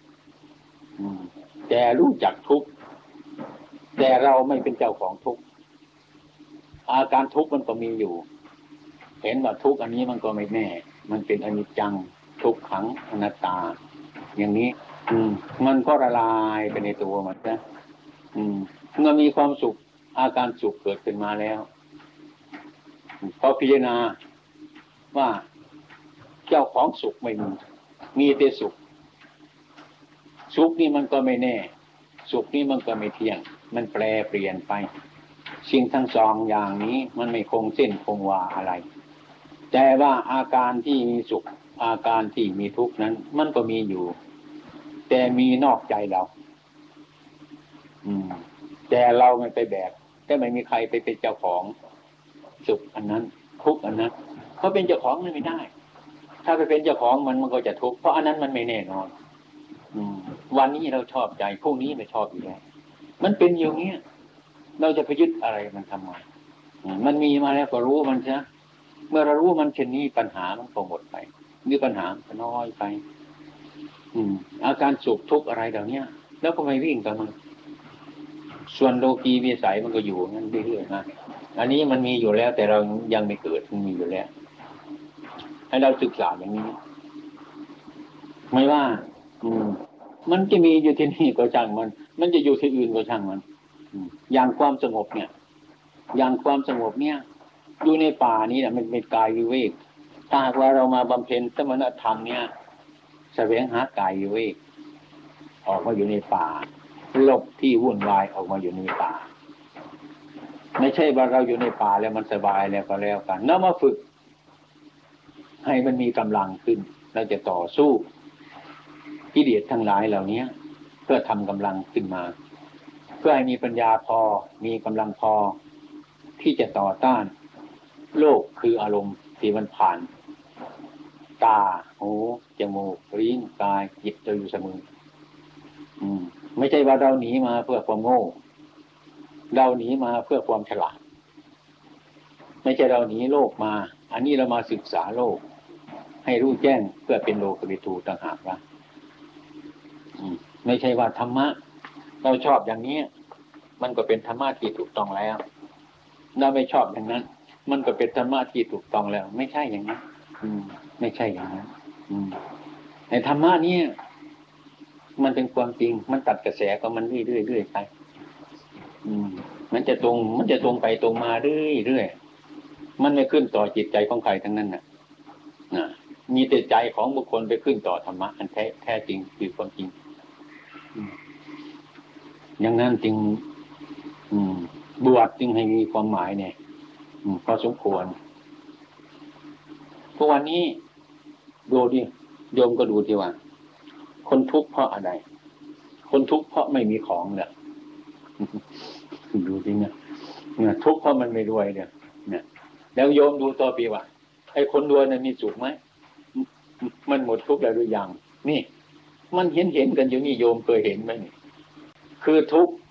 แต่รู้จักทุกข์แต่เราไม่เป็นเจ้าของทุกข์อาการทุกข์มันก็มีอยู่เห็นว่าทุกข์อันนี้มันก็ไม่แน่มันเป็นอนิจจังทุกขังอนัตตาอย่างนี้อืมมันก็ละลายไปในตัวมันนะอืมเมื่อมีความสุขอาการสุขเกิดขึ้นมาแล้วพอพิจารณาว่าเจ้าของสุขไม่มีมีแต่สุขสุขนี่มันก็ไม่แน่สุขนี่มันก็ไม่เที่ยงมันแปรเปลี่ยนไปสิ่งทั้งสองอย่างนี้มันไม่คงเส้นคงวาอะไรแต่ว่าอาการที่มีสุขอาการที่มีทุกข์นั้นมันก็มีอยู่แต่มีนอกใจเราอืมแต่เราไม่ไปแบกแต่ไม่มีใครไปเป็นเจ้าของสุขอันนั้นทุกข์อันนั้นเขาเป็นเจ้าของมันไม่ได้ถ้าไปเป็นเจ้าของมันมันก็จะทุกข์เพราะอันนั้นมันไม่แน่นอนอืมวันนี้เราชอบใจพรุ่งนี้ไม่ชอบอีกแล้วมันเป็นอย่างนี้เราจะไปยึดอะไรมันทำไมมันมีมาแล้วก็รู้มันใช่เมื่อเรารู้มันเช่นนี้ปัญหามันก็หมดไปนี่ปัญหาก็น้อยไปอืมอาการสุขทุกข์อะไรเหล่านี้แล้วก็ไม่วิ่งกับมันส่วนโลกีวิสัยมันก็อยู่งั้นเรื่อยๆนะอันนี้มันมีอยู่แล้วแต่เรายังไม่เกิดมันมีอยู่แล้วให้เราศึกษาอย่างนี้ไม่ว่าอืมมันจะมีอยู่ที่นี่ก็ช่างมันมันจะอยู่ที่อื่นก็ช่างมันอย่างความสงบเนี่ยอย่างความสงบเนี่ยอยู่ในป่านี้เนี่ยมันเป็นกายวิเวกถ้าหากว่าเรามาบำเพ็ญสมณธรรมเนี่ยแสวงหากายวิเวกออกมาอยู่ในป่าหลบที่วุ่นวายออกมาอยู่ในป่าไม่ใช่ว่าเราอยู่ในป่าแล้วมันสบายแล้วก็แล้วกันแล้วมาฝึกให้มันมีกำลังขึ้นเราจะต่อสู้กิเลสทั้งหลายเหล่านี้เพื่อทำกำลังขึ้นมาเพื่อให้มีปัญญาพอมีกำลังพอที่จะต่อต้านโลกคืออารมณ์ที่มันผ่านตาหูจมูกลิ้นกายจิตเราอยู่เสมออืมไม่ใช่ว่าเราหนีมาเพื่อความโง่เราหนีมาเพื่อความฉลาดไม่ใช่เราหนีโลกมาอันนี้เรามาศึกษาโลกให้รู้แจ้งเพื่อเป็นโลกวิทูต่างหากนะไม่ใช่ว่าธรรมะเราชอบอย่างนี้มันก็เป็นธรรมะที่ถูกต้องแล้วเราไม่ชอบอย่างนั้นมันก็เป็นธรรมะที่ถูกต้องแล้วไม่ใช่อย่างนั้นอืมไม่ใช่อย่างนั้นอืมในธรรมะนี้มันเป็นความจริงมันตัดกระแสก็มันเรื่อยๆเรื่อยไปอืมมันจะตรงมันจะตรงไปตรงมาเรื่อยๆมันไม่ขึ้นต่อจิตใจของใครทั้งนั้นน่ะนะมีแต่ใจของบุคคลไปขึ้นต่อธรรมะอันแท้แท้จริงคือความจริงอย่างนั้นจึงบวชจึงให้มีความหมายเนี่ยพอสมควรทุกวันนี้ดูดิโยมก็ดูที่ว่าคนทุกข์เพราะอะไรคนทุกข์เพราะไม่มีของเนี่ยดูดิเนี่ยเนี่ยทุกข์เพราะมันไม่รวยเนี่ยเนี่ยแล้วโยมดูต่อไปว่าไอ้คนรวยนั้นมีสุขไหมมันหมดทุกข์แล้วหรือยังนี่มันเห็นเห็นกันอยู่นี่โยมเคยเห็นไหมนี่คือทุกข์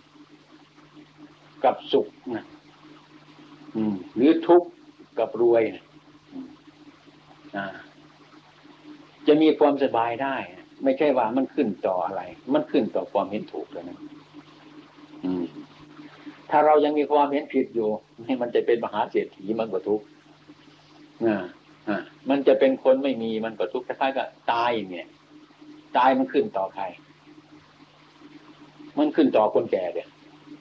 กับสุขนะอืมหรือทุกข์กับรวยนะอ่าจะมีความสบายได้ไม่ใช่ว่ามันขึ้นต่ออะไรมันขึ้นต่อความเห็นถูกแล้วนะอืมถ้าเรายังมีความเห็นผิดอยู่นี่มันจะเป็นมหาเศรษฐีมันก็ทุกข์อ่าอ่ามันจะเป็นคนไม่มีมันก็ทุกข์คล้ายๆกับตายอย่างเงี้ยตายมันขึ้นต่อใครมันขึ้นต่อคนแก่เนี่ย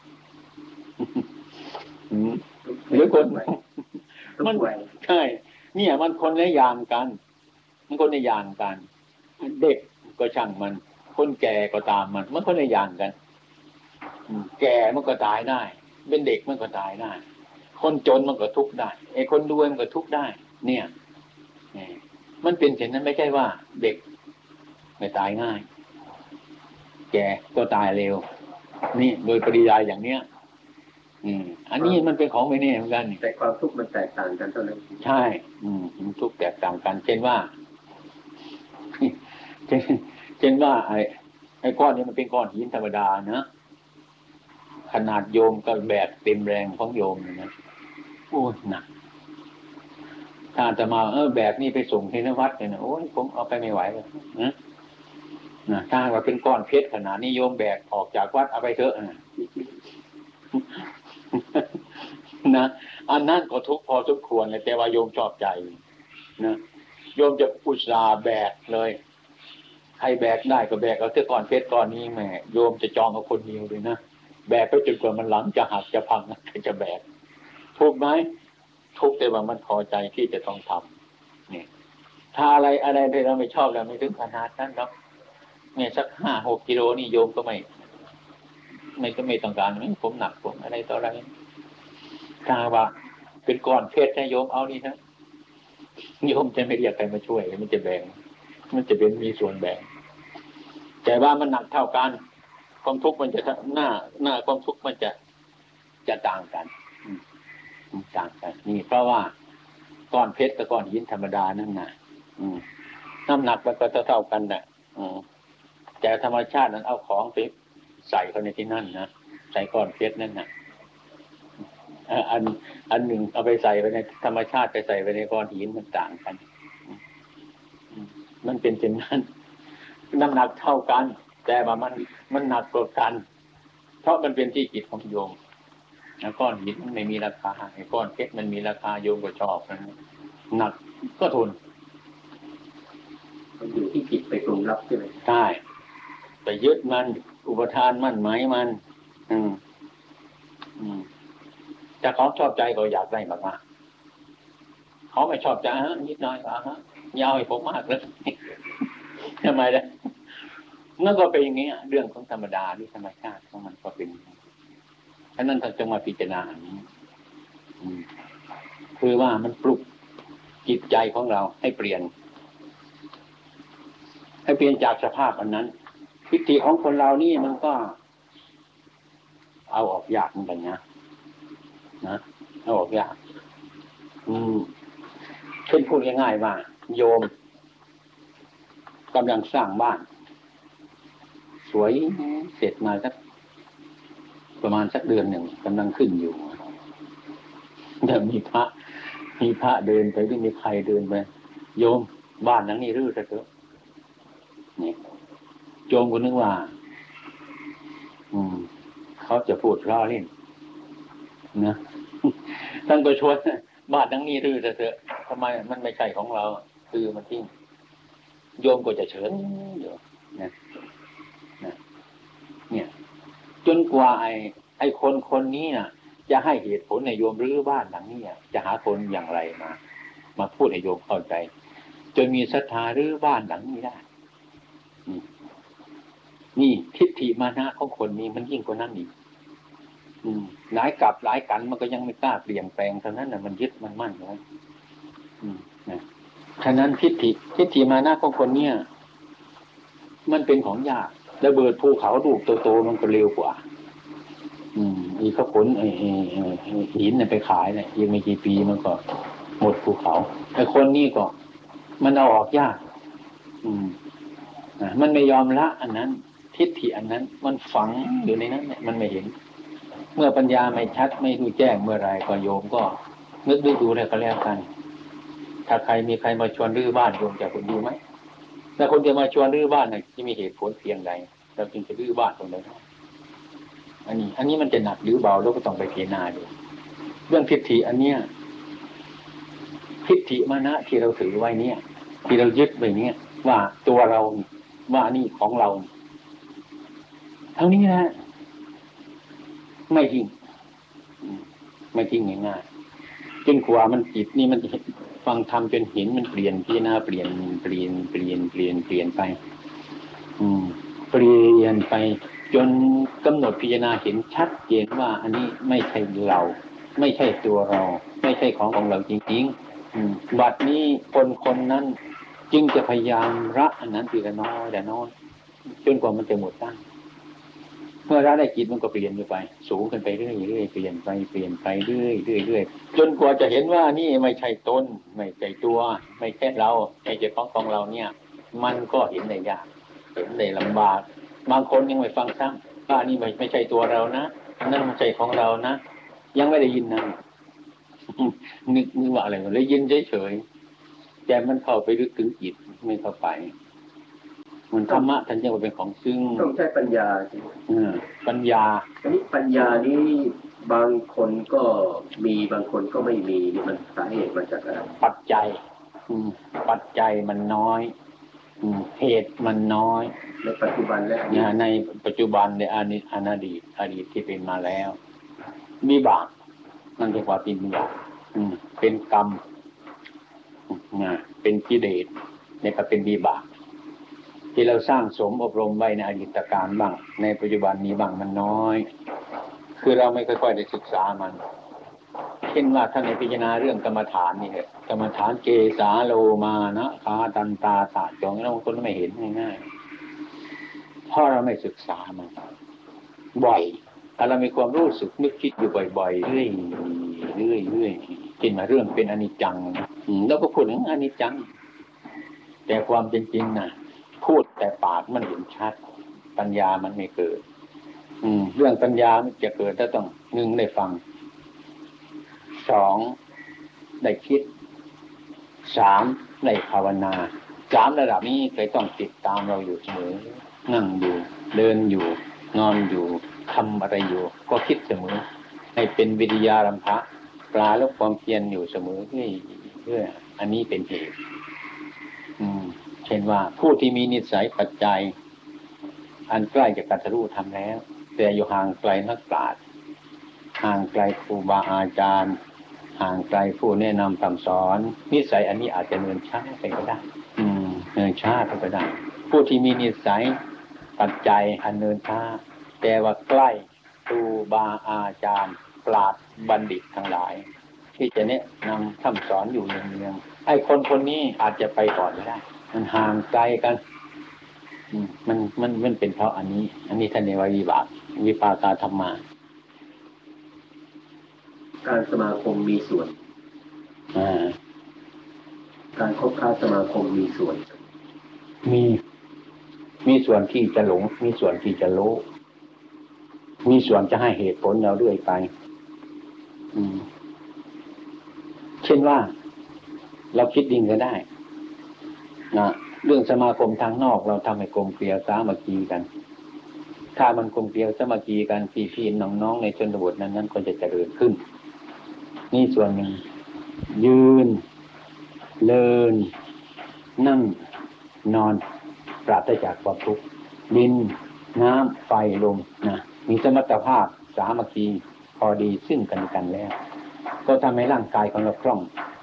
หรือคนมันใช่เนี่ยมันคนละอย่างกันมันคนละอย่างกันเด็กก็ช่างมันคนแก่ก็ตามมันมันคนละอย่างกันแก่มันก็ตายได้เป็นเด็กมันก็ตายได้คนจนมันก็ทุกข์ได้ไอ้คนรวยมันก็ทุกข์ได้เนี่ยมันเป็นเช่นนั้นไม่ใช่ว่าเด็กไม่ตายง่ายแก่ก็ตายเร็วนี่โดยปริยายอย่างเนี้ยอืมอันนี้มันเป็นของไม่แน่เหมือนกันแต่ความทุกข์มันแตกต่างกันเท่านั้นใช่อืมมันทุกข์แตกต่างกันเช่นว่าเช่นเช่นว่าไอ้ไอ้ก้อนนี้มันเป็นก้อนหินธรรมดานะขนาดโยมก็แบกเต็มแรงของโยมเลยนะโอ้ยหนักถ้าจะมาเออแบกนี่ไปส่งที่นวัดเนี่ยนะโอ้ยผมเอาไปไม่ไหวเลยนะนะถ้าว่าเป็นก้อนเพชรขนาดนี้โยมแบกออกจากวัดเอาไปเถอะนะนะอันนั้นก็ทุกข์พอสมควรเลยแต่ว่าโยมชอบใจนะโยมจะอุตส่าห์แบกเลยใครแบกได้ก็แบกเอาเท่าก้อนเพชรก้อนนี้แม่โยมจะจองเอาคนเดียวเลยนะแบกไปจนกว่ามันหลังจะหักจะพังก็จะแบกทุกไหมทุกแต่ว่ามันพอใจที่จะต้องทำนี่ถ้าอะไรอะไรที่เราไม่ชอบแล้วไม่ถึงขนาดนั้นหรอกเนี่ยสักห้าหกกิโลนี่โยมก็ไม่ไม่ก็ไม่ต้องการไม่ผมหนักผมอะไรต่ออะไรถ้าว่าเป็นก้อนเพชรนะโยมเอานี่นะโยมจะไม่เรียกใครมาช่วยมันจะแบ่งมันจะเป็นมีส่วนแบ่งแต่ว่ามันหนักเท่ากันความทุกข์มันจะหน้าหน้าความทุกข์มันจะจะต่างกันต่างกันนี่เพราะว่าก้อนเพชรกับก้อนหินธรรมดานั่นนะน้ำหนักมันก็เท่ากันแหละแต่ธรรมชาตินั้นเอาของไปใส่เข้าในที่นั่นนะใส่ก้อนเพชรนั่นนะอันอันหนึ่งเอาไปใส่ไปในธรรมชาติไปใส่ไปในก้อนหินมันต่างกันมันเป็นเช่นนั้นน้ำหนักเท่ากันแต่ว่ามันมันหนักกว่ากันเพราะมันเป็นที่จิตของโยมก้อนหินมันไม่มีราคาไอ้ก้อนเพชรมันมีราคาโยมก็ชอบนะหนักก็ทนมันอยู่ที่จิตไปปรุงรับใช่ไหมใช่ไปยึดมันอุปทานมั่นหมายมันอืมอืมแต่เขาชอบใจก็อยากได้มากๆเขาไม่ชอบใจฮะนิดหน่อยอ่ะฮะยาวให้ผมมากเลยทำไมล่ะนั่นก็เป็นอย่างนี้เรื่องของธรรมดาที่ธรรมชาติของมันก็เป็นฉะนั้นถ้าจะมาพิจารณาอันนี้คือว่ามันปลุกจิตใจของเราให้เปลี่ยนให้เปลี่ยนจากสภาพอันนั้นทิฏฐิของคนเรานี่มันก็เอาออกยากเหมือนกันนะนะเอาออกยากอืมเช่นพูดง่ายๆว่าโยมกำลังสร้างบ้านสวยเสร็จมาสักประมาณสักเดือนหนึ่งกำลังขึ้นอยู่เดี๋ยวมีพระมีพระเดินไปหรือมีใครเดินไปโยมบ้านหลังนี้รื้อซะเถอะนี่โยมก็นึกว่าอืมเขาจะพูดล้อเล่นนะท่านก็ชวนบ้านหลังนี้รื้อซะเถอะทำไมมันไม่ใช่ของเราคือมันทิ้งโยมก็จะเฉินอยู่นะนะเนี่ยจนกว่าไอ้ไอ้คนคนนี้น่ะจะให้เหตุผลในโยมรื้อบ้านหลังนี้จะหาคนอย่างไรมามาพูดให้โยมเข้าใจจนมีศรัทธารื้อบ้านหลังนี้ได้นี่นี่ทิฏฐิมานะของคนนี้มันยิ่งกว่านั้นอีกอืมหลายกลับหลายกันมันก็ยังไม่กล้าเปลี่ยนแปลงเท่านั้นน่ะมันยึดมันมั่นไว้อืมนะฉะนั้นทิฏฐิทิฏฐิมานะของคนเนี้ยมันเป็นของยากระเบิดภูเขาลูกโตๆมันก็เร็วกว่าอืมอีกเขาขนไอ้หินเนี่ยไปขายเนี่ยยังไม่กี่ปีมันก็หมดภูเขาไอ้คนนี้ก็มันเอาออกยากอืมอ่ามันไม่ยอมละอันนั้นทิฏฐิอันนั้นมันฝังอยู่ในนั้นเนี่ยมันไม่เห็นเมื่อปัญญาไม่ชัดไม่รู้แจ้งเมื่อไรก็โยมก็นึกดูดูเลยก็แล้วกันถ้าใครมีใครมาชวนรื้อบ้านโยมจะคนดูไหมถ้าคนจะมาชวนรื้อบ้านเนี่ยจะมีเหตุผลเพียงใดเราจึงจะรื้อบ้านตรงนั้นอันนี้อันนี้มันจะหนักหรือเบาเราก็ต้องไปพิจารณาดูเรื่องทิฏฐิอันเนี้ยทิฏฐิมานะที่เราถือไว้เนี่ยที่เรายึดไว้เนี่ยว่าตัวเราว่านี่ของเราเท่านี้นะไม่จริงไม่จริงง่ายๆจนกว่ามันจิตนี่มันฟังธรรมจนเห็นมันเปลี่ยนพิจารณาเปลี่ยนเปลี่ยนเปลี่ยนเปลี่ยนเปลี่ยนไปอืมเปลี่ยนไปจนกำหนดพิจารณาเห็นชัดเจนว่าอันนี้ไม่ใช่เราไม่ใช่ตัวเราไม่ใช่ของของเราจริงๆบัดนี้คนคนนั้นจึงจะพยายามละอันนั้นทีละน้อยแต่น้อยจนกว่ามันจะหมดตั้งเมื่อละได้จิตมันก็เปลี่ยนไปสูงขึ้นไปเรื่อยๆเปลี่ยนไปเปลี่ยนไปเรื่อยๆเรื่อยๆจนกว่าจะเห็นว่านี่ไม่ใช่ตนไม่ใช่ตัวไม่ใช่เราไม่ใช่ของของเราเนี่ยมันก็เห็นได้ยากเห็นได้ลำบากบางคนยังไม่ฟังซ้ำว่านี่ไม่ไม่ใช่ตัวเรานะนั่นไม่ใช่ของเรานะยังไม่ได้ยินนะนึกนึกว่าอะไรเลยยินเฉยๆแต่มันเข้าไปลึกถึงจิตไม่เข้าไปมันธรรมะท่านเรียกว่าเป็นของซึ่งต้องใช้ปัญญาอืมปัญญาอันนี้ปัญญานี้บางคนก็มีบางคนก็ไม่มีนี่มันสาเหตุมาจากอะไรปัจจัยอืมปัจจัยมันน้อยอืมเหตุมันน้อยในปัจจุบันและในปัจจุบันในอดีตอดีตอดีตที่เป็นมาแล้ววิบากนั่นเรียกว่าเป็นวิบากอืมเป็นกรรมนะเป็นกิเลสเนี่ยก็เป็นวิบากที่เราสร้างสมอบรมไว้ในอดีตการบ้างในปัจจุบันนี้บ้างมันน้อยคือเราไม่ค่อยๆได้ศึกษามันเช่นว่าท่านในพิจารณาเรื่องกรรมฐานนี่แหละกรรมฐานเกสาโลมานะคาตันตาตาจองแล้วคนไม่เห็นง่ายๆเพราะเราไม่ศึกษามันบ่อยถ้าเรามีความรู้สึกนึกคิดอยู่บ่อยๆเรื่อยๆเรื่อยๆเรื่อยๆกินมาเรื่องเป็นอนิจจังแล้วก็พูดถึงอนิจจังแต่ความเป็นจริงนะพูดแต่ปากมันเห็นชัดปัญญามันไม่เกิดอืมเรื่องปัญญามันจะเกิดถ้าต้องหนึ่งได้ฟังสองได้คิดสามได้ภาวนาสามระดับนี้เคยต้องติดตามเราอยู่เสมอนั่งอยู่เดินอยู่นอนอยู่ทำอะไรอยู่ก็คิดเสมอให้เป็นวิทยารัมภะปลาและความเพียรอยู่เสมอเรื่อยเรื่อยอันนี้เป็นเหตุอืมเช่นว่าผู้ที่มีนิสัยปัจจัยอันใกล้จะตรัสรู้ธรรมแล้วแต่อยู่ห่างไกลนักปราชญ์ห่างไกลครูบาอาจารย์ห่างไกลผู้แนะนำคำสอนนิสัยอันนี้อาจจะเนินช้าไปก็ได้อืมเนินช้าไปก็ได้ผู้ที่มีนิสัยปัจจัยอันเนินช้าแต่ว่าใกล้ครูบาอาจารย์ปราชญ์บัณฑิตทั้งหลายที่จะแนะนำคำสอนอยู่เนืองๆไอ้คนคนนี้อาจจะไปก่อนไม่ได้มันห่างไกลกันอืมมันมันมันเป็นเพราะอันนี้ อันนี้ท่านเรียกว่าวิบากวิปากาธรรมาการสมาคมมีส่วนอ่าการคบค้าสมาคมมีส่วนมีมีส่วนที่จะหลงมีส่วนที่จะรู้มีส่วนจะให้เหตุผลเราเรื่อยไปอืมเช่นว่าเราคิดดิ่งก็ได้นะเรื่องสมาคมทางนอกเราทำให้กลมเกลียวสามัคคีกันถ้ามันกลมเกลียวสามัคคีกันพี่ๆน้องๆในชนบทนั้นนั้นก็จะเจริญขึ้นนี่ส่วนหนึ่งยืนเดินนั่งนอนปราศจากความทุกข์ดินน้ำไฟลมนะมีสมรรถภาพสามัคคีพอดีซึ่งกันและกันแล้วก็ทำให้ร่างกายของเราคล่อง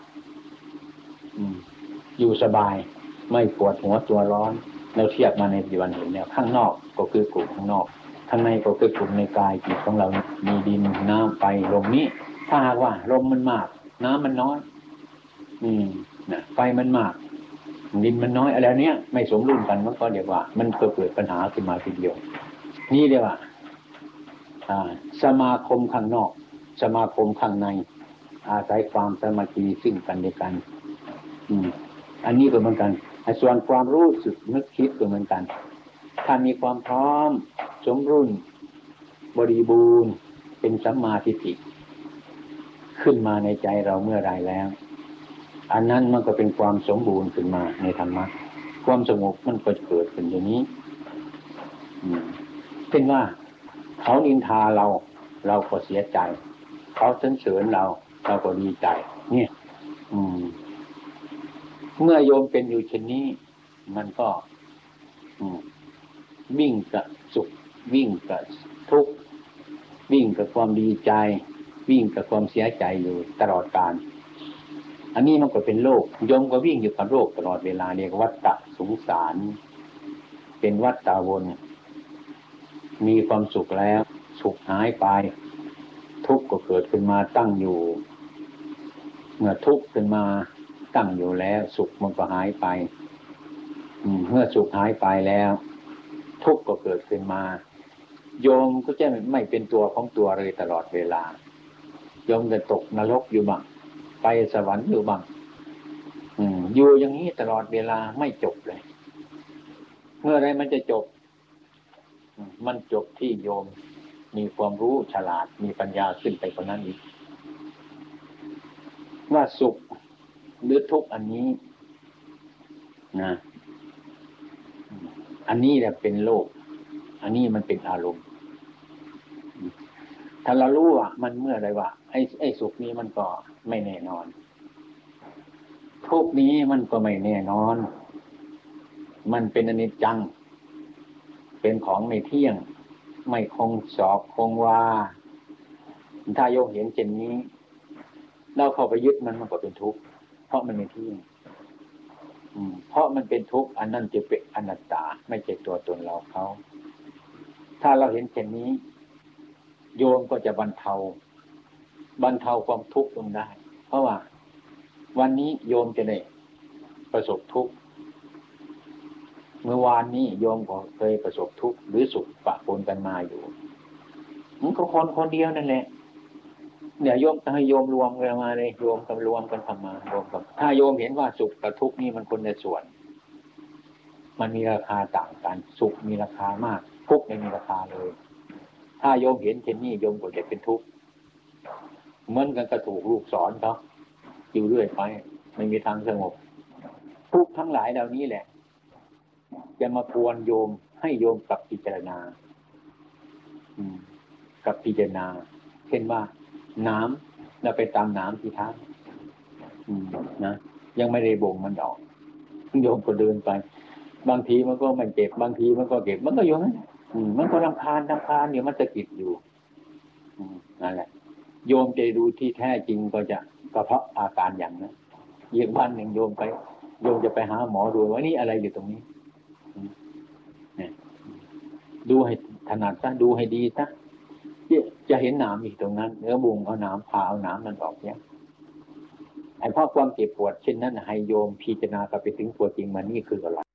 อยู่สบายไม่ปวดหัวตัวร้อนเราเทียบมาในปัจจุบันเห็นแล้วข้างนอกก็คือกลุ่มข้างนอกข้างในก็คือกลุ่มในกายจิตของเรามีดินน้ำไฟลมนี้ถ้าหากว่าลมมันมากน้ำมันน้อยอืมนะไฟมันมากดินมันน้อยอะไรเนี้ยไม่สมดุลกันมันก็เรียกว่ามันก็เกิดปัญหาขึ้นมาทีเดียวนี่เรียกว่าอ่าสมาคมข้างนอกสมาคมข้างในอาศัยความสามัคคีซึ่งกันและกันอืมอันนี้ก็เหมือนกันส่วนความรู้สึกนึกคิดก็เหมือนกันถ้ามีความพร้อมสมดุลบริบูรณ์เป็นสัมมาทิฏฐิขึ้นมาในใจเราเมื่อไรแล้วอันนั้นมันก็เป็นความสมบูรณ์ขึ้นมาในธรรมะความสงบมันก็เกิดขึ้นอย่างนี้เช่นว่าเขานินทาเราเราก็เสียใจเขาสรรเสริญเราเราก็ดีใจเนี่ยอืมเมื่อโยมเป็นอยู่เช่นนี้มันก็วิ่งกับสุขวิ่งกับทุกข์วิ่งกับความดีใจวิ่งกับความเสียใจอยู่ตลอดกาลอันนี้มันก็เป็นโลกโยมก็วิ่งอยู่กับโลกตลอดเวลาเรียกวัฏฏะสงสารเป็นวัฏฏะวนมีความสุขแล้วสุขหายไปทุกข์ก็เกิดขึ้นมาตั้งอยู่เมื่อทุกข์ขึ้นมาตั้งอยู่แล้วสุขมันก็หายไปเมื่อสุขหายไปแล้วทุกข์ก็เกิดขึ้นมาโยมก็จะไม่เป็นตัวของตัวเลยตลอดเวลาโยมจะตกนรกอยู่บ้างไปสวรรค์อยู่บ้างอยู่อย่างนี้ตลอดเวลาไม่จบเลยเมื่อไรมันจะจบมันจบที่โยมมีความรู้ฉลาดมีปัญญาขึ้นไปกว่านั้นอีกว่าสุขหรือทุกข์อันนี้นะอันนี้แหละเป็นโลกอันนี้มันเป็นอารมณ์ถ้าเรารู้ว่ามันเมื่อไรว่าไอ้ไอ้สุขนี้มันก็ไม่แน่นอนทุกข์นี้มันก็ไม่แน่นอนมันเป็นอนิจจังเป็นของไม่เที่ยงไม่คงสอบคงวาถ้าโยมเห็นเช่นนี้เราเข้าไปยึดมันมันก็เป็นทุกข์เพราะมันไม่เที่ยงเพราะมันเป็นทุกข์อันนั้นจะเป็นอนัตตาไม่ใช่ตัวตนเราเขาถ้าเราเห็นเช่นนี้โยมก็จะบรรเทาบรรเทาความทุกข์ลงได้เพราะว่าวันนี้โยมจะได้ประสบทุกข์เมื่อวานนี้โยมก็เคยประสบทุกข์หรือสุขปะปนกันมาอยู่มันก็คนคนเดียวนั่นแหละเดี๋ยวโยมให้โยมรวมกันมาเลยโยมกันรวมกันทำมารวมกันถ้าโยมเห็นว่าสุขกับทุกข์นี่มันคนละส่วนมันมีราคาต่างกันสุขมีราคามากทุกข์ไม่มีราคาเลยถ้าโยมเห็นเช่นนี้โยมก็จะเป็นทุกข์เหมือนกันกระถูกลูกสอนเขาอยู่เรื่อยไปไม่มีทางสงบทุกข์ทั้งหลายเหล่านี้แหละจะมาควรโยมให้โยมกลับพิจารณากับพิจารณาเช่นว่าน้ำเราไปตามน้ำที่ท่านะยังไม่ได้บ่งมันออกโยมก็เดินไปบางทีมันก็ไม่เจ็บบางทีมันก็เก็บมันก็อยู่นั่นมันก็รำคาญรำคาญเดี๋ยวมันจะกิดอยู่นั่นแหละโยมจะดูที่แท้จริงก็จะกระเพาะอาการอย่างนั้นอีกวันหนึ่งโยมไปโยมจะไปหาหมอดูว่านี่อะไรอยู่ตรงนี้ดูให้ถนัดซะดูให้ดีซะจะเห็นหนามอีกตรงนั้นเนื้อบุงเอาหนามพาเอาหนามมันออกเนี่ยไอ้เพราะความเจ็บปวดเช่นนั้นให้โยมพิจารณากับไปถึงตัวจริงมันนี่คืออะไร